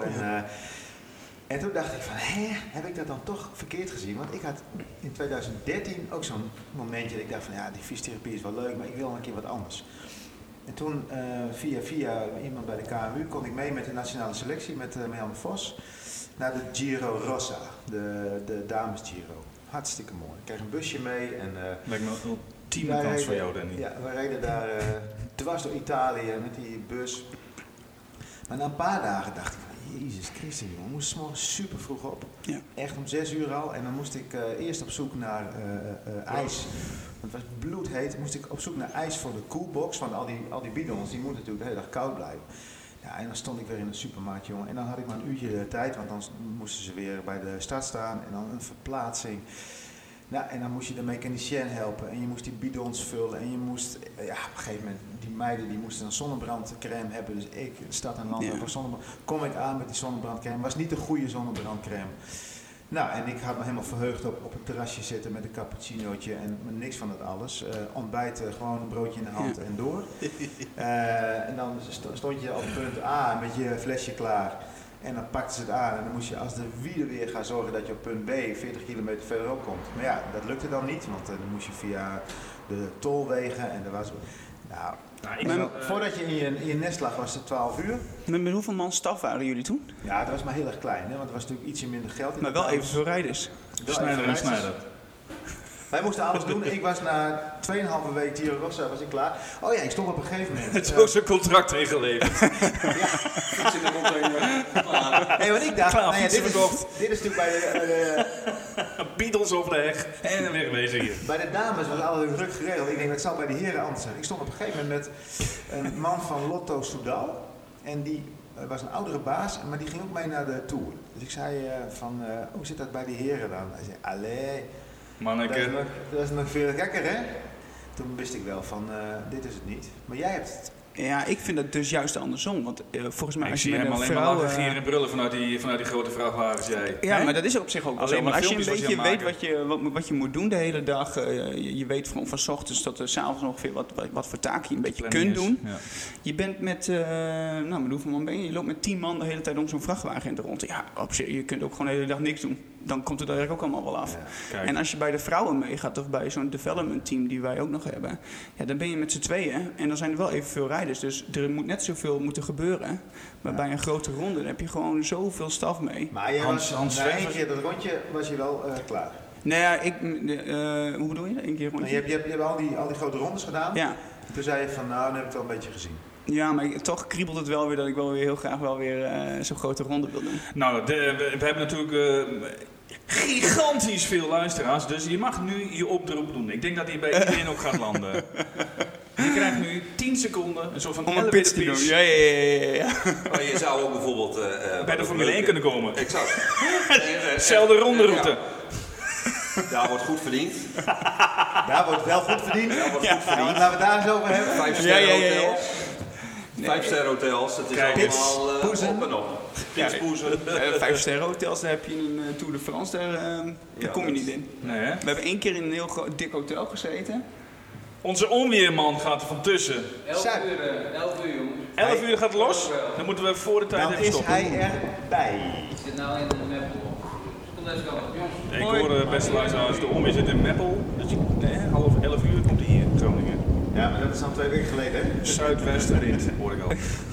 Speaker 3: En toen dacht ik van, heb ik dat dan toch verkeerd gezien? Want ik had in 2013 ook zo'n momentje dat ik dacht van, ja, die fysiotherapie is wel leuk, maar ik wil een keer wat anders. En toen via iemand bij de KMU kon ik mee met de nationale selectie met Marianne Vos naar de Giro Rossa, de dames Giro. Hartstikke mooi. Ik kreeg een busje mee en
Speaker 1: lijkt me een ultieme kans voor jou, Danny.
Speaker 3: Ja, we reden daar dwars door Italië met die bus. Maar na een paar dagen dacht ik van, Jezus Christus, jongen, we moesten 's morgens super vroeg op.
Speaker 10: Ja.
Speaker 3: Echt om 6 uur al. En dan moest ik eerst op zoek naar ijs. Want het was bloedheet. Moest ik op zoek naar ijs voor de koelbox. Want al die bidons, die moeten natuurlijk de hele dag koud blijven. Ja, en dan stond ik weer in de supermarkt, jongen. En dan had ik maar een uurtje tijd, want dan moesten ze weer bij de start staan. En dan een verplaatsing. Nou, en dan moest je de mechanicien helpen. En je moest die bidons vullen. En je moest, op een gegeven moment, die meiden die moesten een zonnebrandcrème hebben. Dus ik, stad en land, voor zonnebrand. Kom ik aan met die zonnebrandcrème. Was niet de goede zonnebrandcrème. Nou, en ik had me helemaal verheugd op het terrasje zitten met een cappuccinootje en niks van dat alles. Ontbijten, gewoon een broodje in de hand en door. En dan stond je op punt A met je flesje klaar. En dan pakten ze het aan en dan moest je als de wielen weer gaan zorgen dat je op punt B 40 kilometer verderop komt. Maar ja, dat lukte dan niet, want dan moest je via de tolwegen en er was... voordat je in je nest lag was het 12 uur.
Speaker 10: Met hoeveel man staf waren jullie toen?
Speaker 3: Ja, dat was maar heel erg klein, hè, want het was natuurlijk ietsje minder geld.
Speaker 10: Maar wel even veel rijders.
Speaker 1: Snijder en Snijder.
Speaker 3: Wij moesten alles doen. Ik was na 2,5 week Giro Rosso was ik klaar. Oh ja, ik stond op een gegeven moment.
Speaker 1: Het is ook zijn contract ingeleverd.
Speaker 4: Fiets in de container.
Speaker 3: Nee, wat ik dacht,
Speaker 1: Klaar,
Speaker 3: nou ja,
Speaker 1: fietsen verkocht.
Speaker 3: dit is natuurlijk bij de
Speaker 1: Beatles over de heg en wegwezen hier.
Speaker 3: bij de dames was alles druk geregeld. Ik denk dat zal bij de heren anders zijn. Ik stond op een gegeven moment met een man van Lotto Soudal. En die was een oudere baas, maar die ging ook mee naar de Tour. Dus ik zei hoe zit dat bij de heren dan? Hij zei, allee,
Speaker 1: Manneke.
Speaker 3: dat is nog veel gekker, hè? Toen wist ik wel van, dit is het niet. Maar jij hebt het.
Speaker 10: Ja, ik vind het dus juist andersom. Want volgens mij
Speaker 1: Ik
Speaker 10: als je
Speaker 1: zie
Speaker 10: met
Speaker 1: hem
Speaker 10: een
Speaker 1: alleen maar
Speaker 10: vrouw...
Speaker 1: lachen, gieren en brullen vanuit die grote vrachtwagens, jij.
Speaker 10: Ja,
Speaker 1: Hè?
Speaker 10: maar dat is op zich ook wel
Speaker 1: Alleen
Speaker 10: zo.
Speaker 1: maar
Speaker 10: Want als je een
Speaker 1: filmpjes was
Speaker 10: beetje
Speaker 1: je
Speaker 10: weet
Speaker 1: aan het
Speaker 10: wat je moet doen de hele dag, je weet van 's ochtends tot 's avonds ongeveer wat voor taken je een beetje
Speaker 1: Planning
Speaker 10: kunt
Speaker 1: is,
Speaker 10: doen.
Speaker 1: ja.
Speaker 10: Je bent met, met hoeveel man ben je? Je loopt met 10 man de hele tijd om zo'n vrachtwagen in de rond. Ja, op zich, je kunt ook gewoon de hele dag niks doen. Dan komt het er eigenlijk ook allemaal wel af.
Speaker 1: Kijk.
Speaker 10: En als je bij de vrouwen meegaat of bij zo'n development team die wij ook nog hebben, ja, dan ben je met z'n tweeën en dan zijn er wel evenveel rijders. Dus er moet net zoveel moeten gebeuren. Maar bij een grote ronde dan heb je gewoon zoveel staf mee.
Speaker 3: Maar jij was na één keer dat rondje was je wel klaar.
Speaker 10: Nou ja, hoe bedoel je? Eén keer
Speaker 3: Nou,
Speaker 10: rondje?
Speaker 3: je hebt al die grote rondes gedaan.
Speaker 10: Ja.
Speaker 3: En toen zei je van, nou, dan heb ik het wel een beetje gezien.
Speaker 10: Ja, maar toch kriebelt het wel weer dat ik wel weer heel graag wel weer zo'n grote ronde wil doen.
Speaker 1: Nou, we hebben natuurlijk gigantisch veel luisteraars, dus je mag nu je oproep doen. Ik denk dat hij bij iedereen ook gaat landen. Je krijgt nu 10 seconden, een soort van
Speaker 10: Om een pitch te doen. Ja.
Speaker 12: Maar je zou ook bijvoorbeeld...
Speaker 1: bij de Formule 1 kunnen komen.
Speaker 12: Exact.
Speaker 1: Zelfde ronde route.
Speaker 12: Daar wordt goed verdiend.
Speaker 3: Daar wordt wel goed verdiend. Laten we het daar eens over hebben.
Speaker 12: 5-sterren hotels. 5-sterren hotels. Het is allemaal
Speaker 3: poezen.
Speaker 12: op en op. Poezen.
Speaker 10: 5-sterren hotels, daar heb je in een Tour de France, daar kom je niet in.
Speaker 1: Nee, hè?
Speaker 10: We hebben 1 keer in een heel dik hotel gezeten.
Speaker 1: Onze onweerman gaat er van tussen.
Speaker 4: 11 uur, jongens.
Speaker 1: 11 uur gaat het los. Dan moeten we voor de tijd
Speaker 3: Dan
Speaker 1: even
Speaker 3: is
Speaker 1: stoppen.
Speaker 3: hij erbij.
Speaker 4: Ik zit nou in de Meppel. Kom eens komen, jongens.
Speaker 1: Ik hoor beste luisteraars, de onweer zit in Meppel. Dus 11 uur komt hij hier in Groningen.
Speaker 3: Ja, maar dat is al 2 weken geleden, hè?
Speaker 1: Zuidwestenwind, hoor ik al.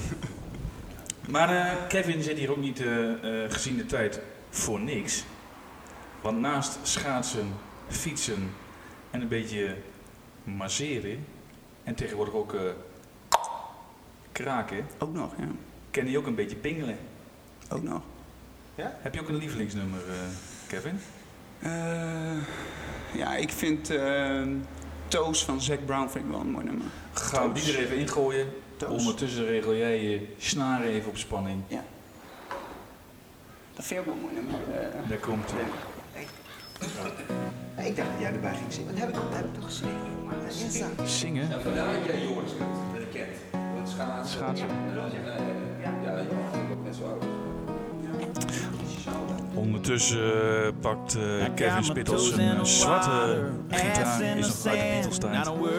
Speaker 1: Maar Kevin zit hier ook niet gezien de tijd voor niks. Want naast schaatsen, fietsen en een beetje masseren en tegenwoordig ook kraken.
Speaker 10: Ook nog, ja.
Speaker 1: Ken je ook een beetje pingelen?
Speaker 10: Ook nog.
Speaker 3: Ja?
Speaker 1: Heb je ook een lievelingsnummer, Kevin?
Speaker 10: Ja, ik vind Toes van Zac Brown vind ik wel een mooi nummer.
Speaker 1: Gaan we die er even ingooien?
Speaker 10: Toes.
Speaker 1: Ondertussen regel jij je snaren even op spanning.
Speaker 10: Ja. Dat vind ik ook wel een mooi nummer.
Speaker 1: Daar komt hij.
Speaker 3: Nee, ik dacht dat jij erbij ging zingen. Dat heb ik toch gezien?
Speaker 1: Zingen?
Speaker 12: Ja, vandaar dat jij jongens kent. Het schaatsen. Ja, dat vind ik ook net zo oud.
Speaker 1: Ondertussen pakt Kevin Spittels een zwarte gitaar, is nog uit de Beatles tijd.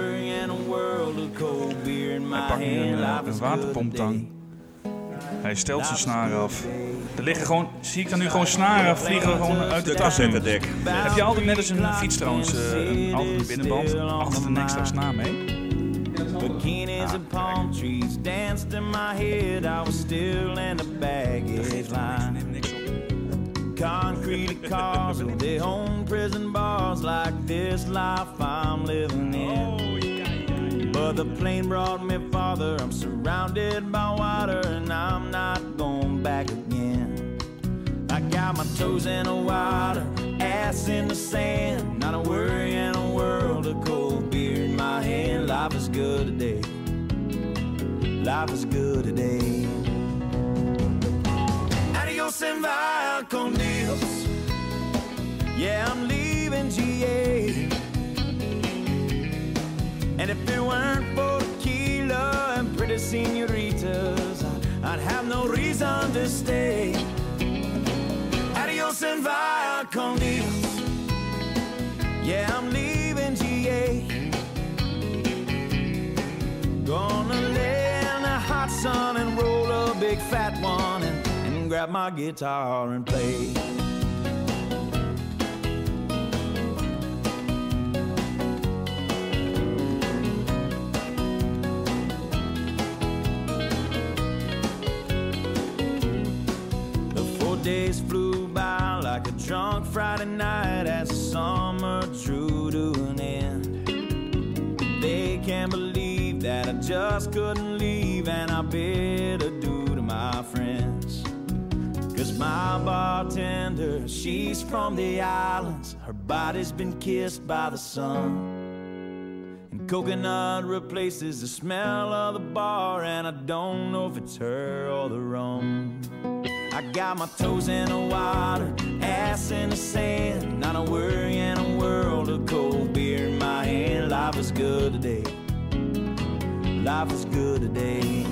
Speaker 1: Hij pakt nu een waterpomptang. Hij stelt zijn snaren af. Er liggen gewoon, zie ik dan nu gewoon snaren vliegen gewoon uit de tas. Heb je altijd net als een fiets trouwens, altijd een binnenband, altijd een extra snaar mee?
Speaker 15: Bikinis and palm trees danced in my head. I was still in the baggage line. Concrete cars with their own prison bars, like this life I'm living in. But the plane brought me farther. I'm surrounded by water and I'm not going back again. I got my toes in the water, ass in the sand. Not a worry in a world of cold beer in my hand. Life is good today. Life is good today. Adios and via con Dios. Yeah, I'm leaving GA. And if it weren't for tequila and pretty senoritas, I'd have no reason to stay. Adios and via con Dios. Yeah, I'm leaving GA. Gonna lay in the hot sun and roll a big fat one and grab my guitar and play. The 4 days flew by like a drunk Friday night as the summer true to an end. They can't believe that I just couldn't leave, and I bid adieu to my friends. 'Cause my bartender, she's from the islands. Her body's been kissed by the sun. And coconut replaces the smell of the bar, and I don't know if it's her or the rum. I got my toes in the water, ass in the sand, not a worry in a world of cold beer in my hand. Life is good today. Life is good today.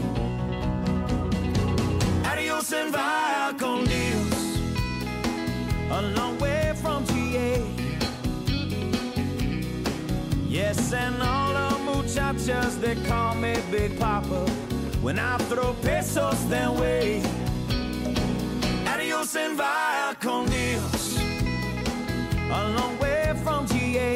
Speaker 15: Adios and via con Dios, a long way from GA. Yes, and all the muchachas, they call me Big Papa when I throw pesos their way. Adios and via con Dios, a long way from GA.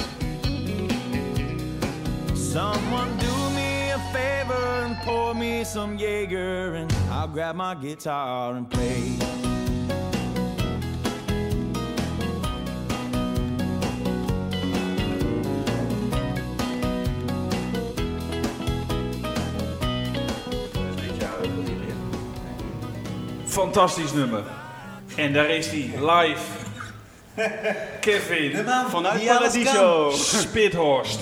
Speaker 15: Someone do me a favor and pour me some Jaeger, and I'll grab my guitar and play.
Speaker 1: Fantastisch nummer. En daar is hij, live. Kevin.
Speaker 10: Vanuit Paradiso.
Speaker 1: Spithorst.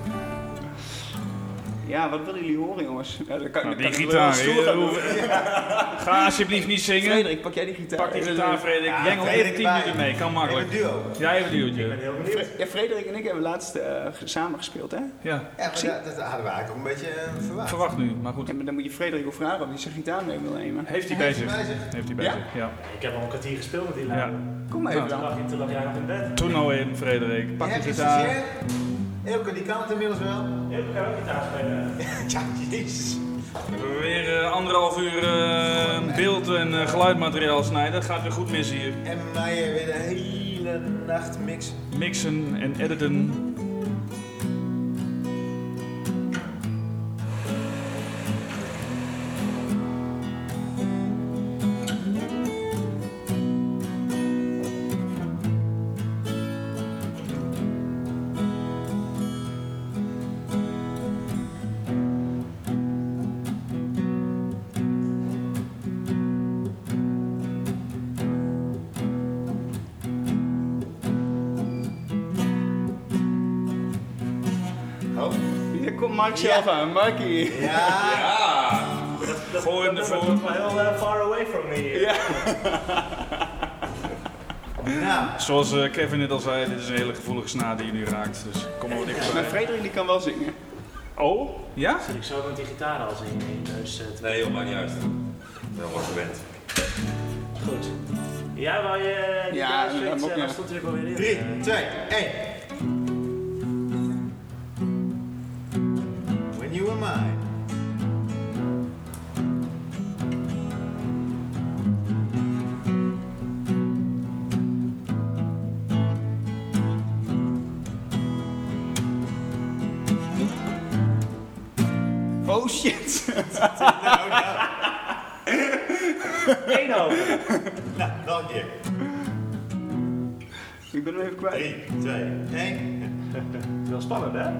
Speaker 10: Ja, wat willen jullie horen, jongens? Ja, dan kan,
Speaker 1: die gitaar. Ga alsjeblieft niet zingen.
Speaker 10: Frederik, pak jij die gitaar?
Speaker 1: Pak die gitaar, Frederik. Jij nog even 10 minuten mee, kan makkelijk.
Speaker 3: Even duo.
Speaker 1: Ja, even duootje.
Speaker 10: Ja, Frederik en ik hebben laatst samen gespeeld, hè?
Speaker 1: Ja.
Speaker 3: Ja, maar dat hadden we eigenlijk ook een beetje verwacht.
Speaker 1: Verwacht nu, maar goed.
Speaker 10: Ja, maar dan moet je Frederik ook vragen of hij zijn gitaar mee wil nemen.
Speaker 1: Heeft hij bij zich? Heeft hij bij zich, ja.
Speaker 2: Ik heb al een kwartier gespeeld met die lui.
Speaker 1: Ja.
Speaker 10: Kom maar even dan.
Speaker 2: Toen lag jij nog in bed.
Speaker 1: Toen nou in, Frederik. Pak
Speaker 3: Je
Speaker 1: de
Speaker 3: hebt
Speaker 1: gitaar.
Speaker 3: gestudeerd. Elke die kan het inmiddels wel.
Speaker 2: Ik kan ook gitaar spelen.
Speaker 3: Ja, jezus.
Speaker 1: We hebben weer 1,5 uur beeld- en geluidmateriaal snijden. Dat gaat weer goed mis hier.
Speaker 3: En Meijer weer de hele nacht mixen.
Speaker 1: Mixen en editen.
Speaker 10: Hier komt Mark zelf aan, Markie.
Speaker 3: Ja.
Speaker 1: Gooi hem ervoor.
Speaker 2: Dat is wel heel far away from me hier.
Speaker 10: Ja.
Speaker 3: Nou.
Speaker 1: Zoals Kevin net al zei, dit is een hele gevoelige snaar die je nu raakt. Dus kom maar wat
Speaker 10: Maar
Speaker 1: dichterbij.
Speaker 10: Frederik die kan wel zingen.
Speaker 1: Oh? Ja?
Speaker 2: Zit ik zo met die gitaar al in je neus te...
Speaker 12: Nee joh, maakt niet uit. Ik ben wel gewend.
Speaker 2: Goed. Ja, wou je die
Speaker 10: Ja,
Speaker 2: ja,
Speaker 10: dat moet ik, ja.
Speaker 2: stond er ook weer in.
Speaker 3: 3, 2, 1. When you were mine.
Speaker 10: Oh shit.
Speaker 2: Eén over.
Speaker 3: Nou, nog een keer.
Speaker 10: Ik ben hem even kwijt.
Speaker 3: 3, 2, 1.
Speaker 2: Wel spannend, hè?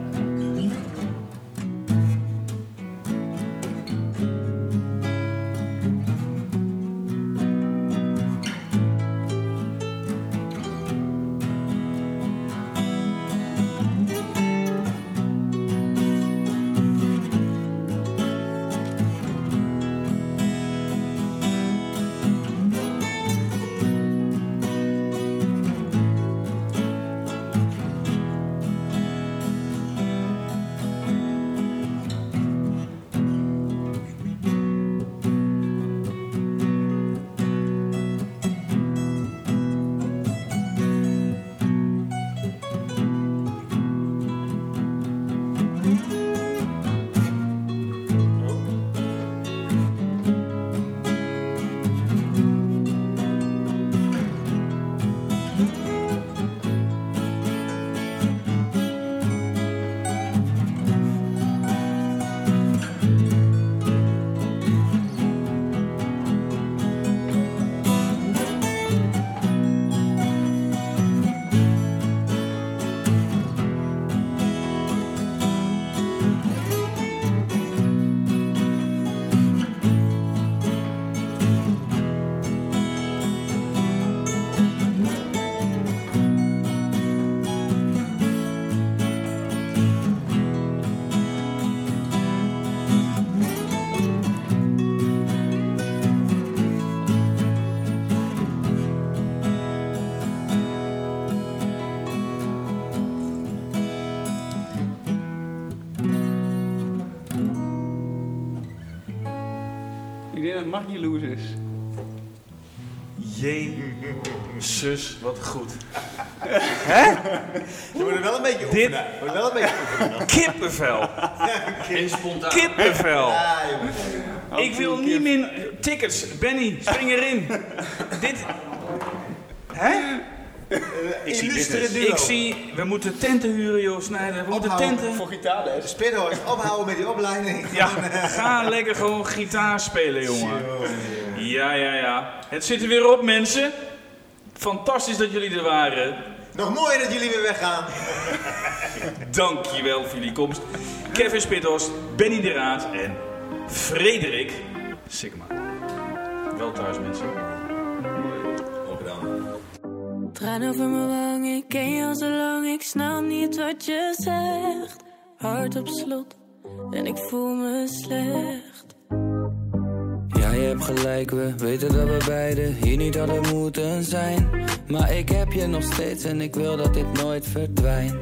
Speaker 10: Ik denk dat Maggie Loes is.
Speaker 1: Jezus, wat goed.
Speaker 3: Hè? Je moet er wel een beetje oefenen.
Speaker 1: Kippenvel. Kippenvel.
Speaker 3: Ja, jongen.
Speaker 1: Ik wil niet meer tickets. Benny, spring erin. Dit... Hè? Ik zie, we moeten tenten huren, joh, Snijder. We moeten tenten.
Speaker 10: Voor gitaarles.
Speaker 3: Spithoorst, ophouden met die opleiding.
Speaker 1: Ja, ga lekker gewoon gitaar spelen, jongen. Ja. Het zit er weer op, mensen. Fantastisch dat jullie er waren.
Speaker 3: Nog mooier dat jullie weer weggaan.
Speaker 1: Dankjewel voor jullie komst. Kevin Spithoorst, Benny de Raad en Frederik Sikkema. Wel thuis, mensen. Ook gedaan.
Speaker 14: Traan over mijn wang, ik ken je al zo lang, ik snap niet wat je zegt. Hart op slot en ik voel me slecht.
Speaker 16: Ja, je hebt gelijk, we weten dat we beiden hier niet hadden moeten zijn. Maar ik heb je nog steeds en ik wil dat dit nooit verdwijnt.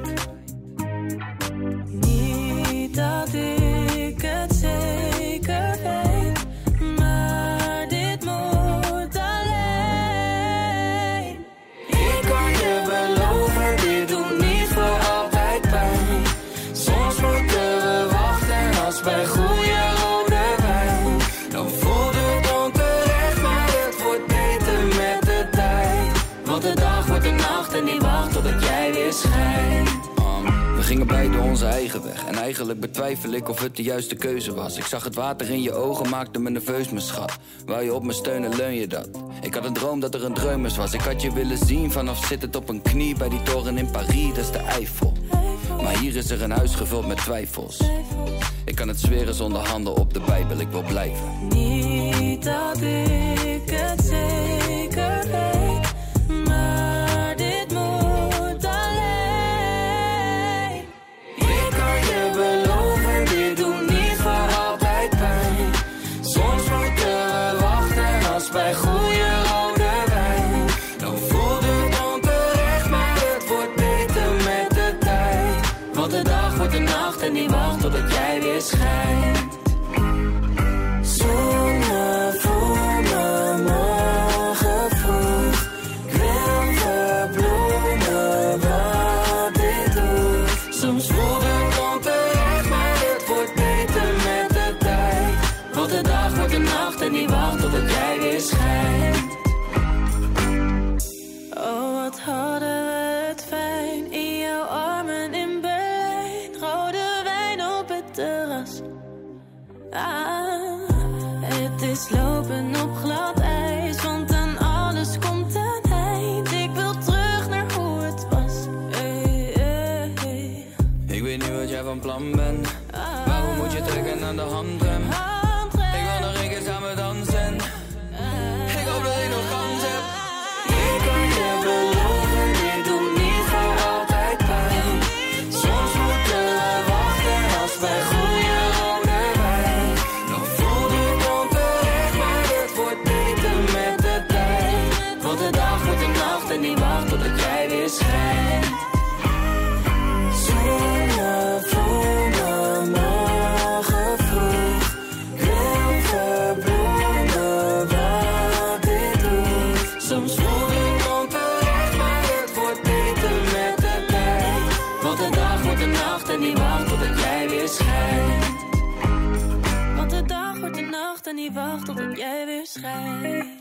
Speaker 14: Niet dat ik het zeker weet, maar dit moet alleen.
Speaker 16: Ik kan je beloven, dit doet niet voor altijd pijn. Soms moeten we wachten als bij goede rode wijn. Dan voelt het onterecht, maar het wordt beter met de tijd. Want de dag wordt de nacht en die wacht totdat jij weer schijnt. We gingen beide onze eigen weg. En eigenlijk betwijfel ik of het de juiste keuze was. Ik zag het water in je ogen, maakte me nerveus, mijn schat. Wou je op me steunen, leun je dat. Ik had een droom dat er een dreumes was. Ik had je willen zien vanaf zittend op een knie bij die toren in Parijs, dat is de Eiffel. Maar hier is er een huis gevuld met twijfels. Ik kan het zweren zonder handen op de Bijbel, ik wil blijven.
Speaker 14: Niet dat ik het zeker weet, maar dit moet alleen.
Speaker 16: Ik kan je beloven, dit doet niet voor altijd pijn. Soms moeten we wachten als bij goede rode wijn. Dan voelt het onterecht, maar het wordt beter met de tijd. Want de dag wordt de nacht en die wacht totdat jij weer schijnt. Zonne voor me morgen vroeg. Ik wil verbloemen wat dit doet. Soms voelt het onterecht, maar het wordt beter met de tijd. Want de dag wordt de nacht en die wacht totdat jij weer schijnt.
Speaker 14: Oh, wat hadden we het fijn in jouw armen in Berlijn. Rode wijn op het terras. Het is lopen op glad ijs, want aan alles komt een eind. Ik wil terug naar hoe het was.
Speaker 16: Ik weet niet wat jij van plan bent. Waarom moet je trekken aan de handrem? Ik wil nog een keer samen dansen. Ik hoop dat ik nog kans heb. Ik kan je beloven, dit doet niet voor altijd pijn. Soms moeten we wachten als bij goede rode wijn. Dan voelt het onterecht, maar het wordt beter met de tijd. Want de dag wordt de nacht en die wacht totdat jij weer schijnt. Zonne voor me morgen vroeg. Ik wil verbloemen wat dit doet. Soms voelt het onterecht, maar het wordt beter met de tijd. Want de dag wordt de nacht en die wacht totdat jij weer schijnt.
Speaker 14: Want de dag wordt de nacht en die wacht totdat jij weer schijnt.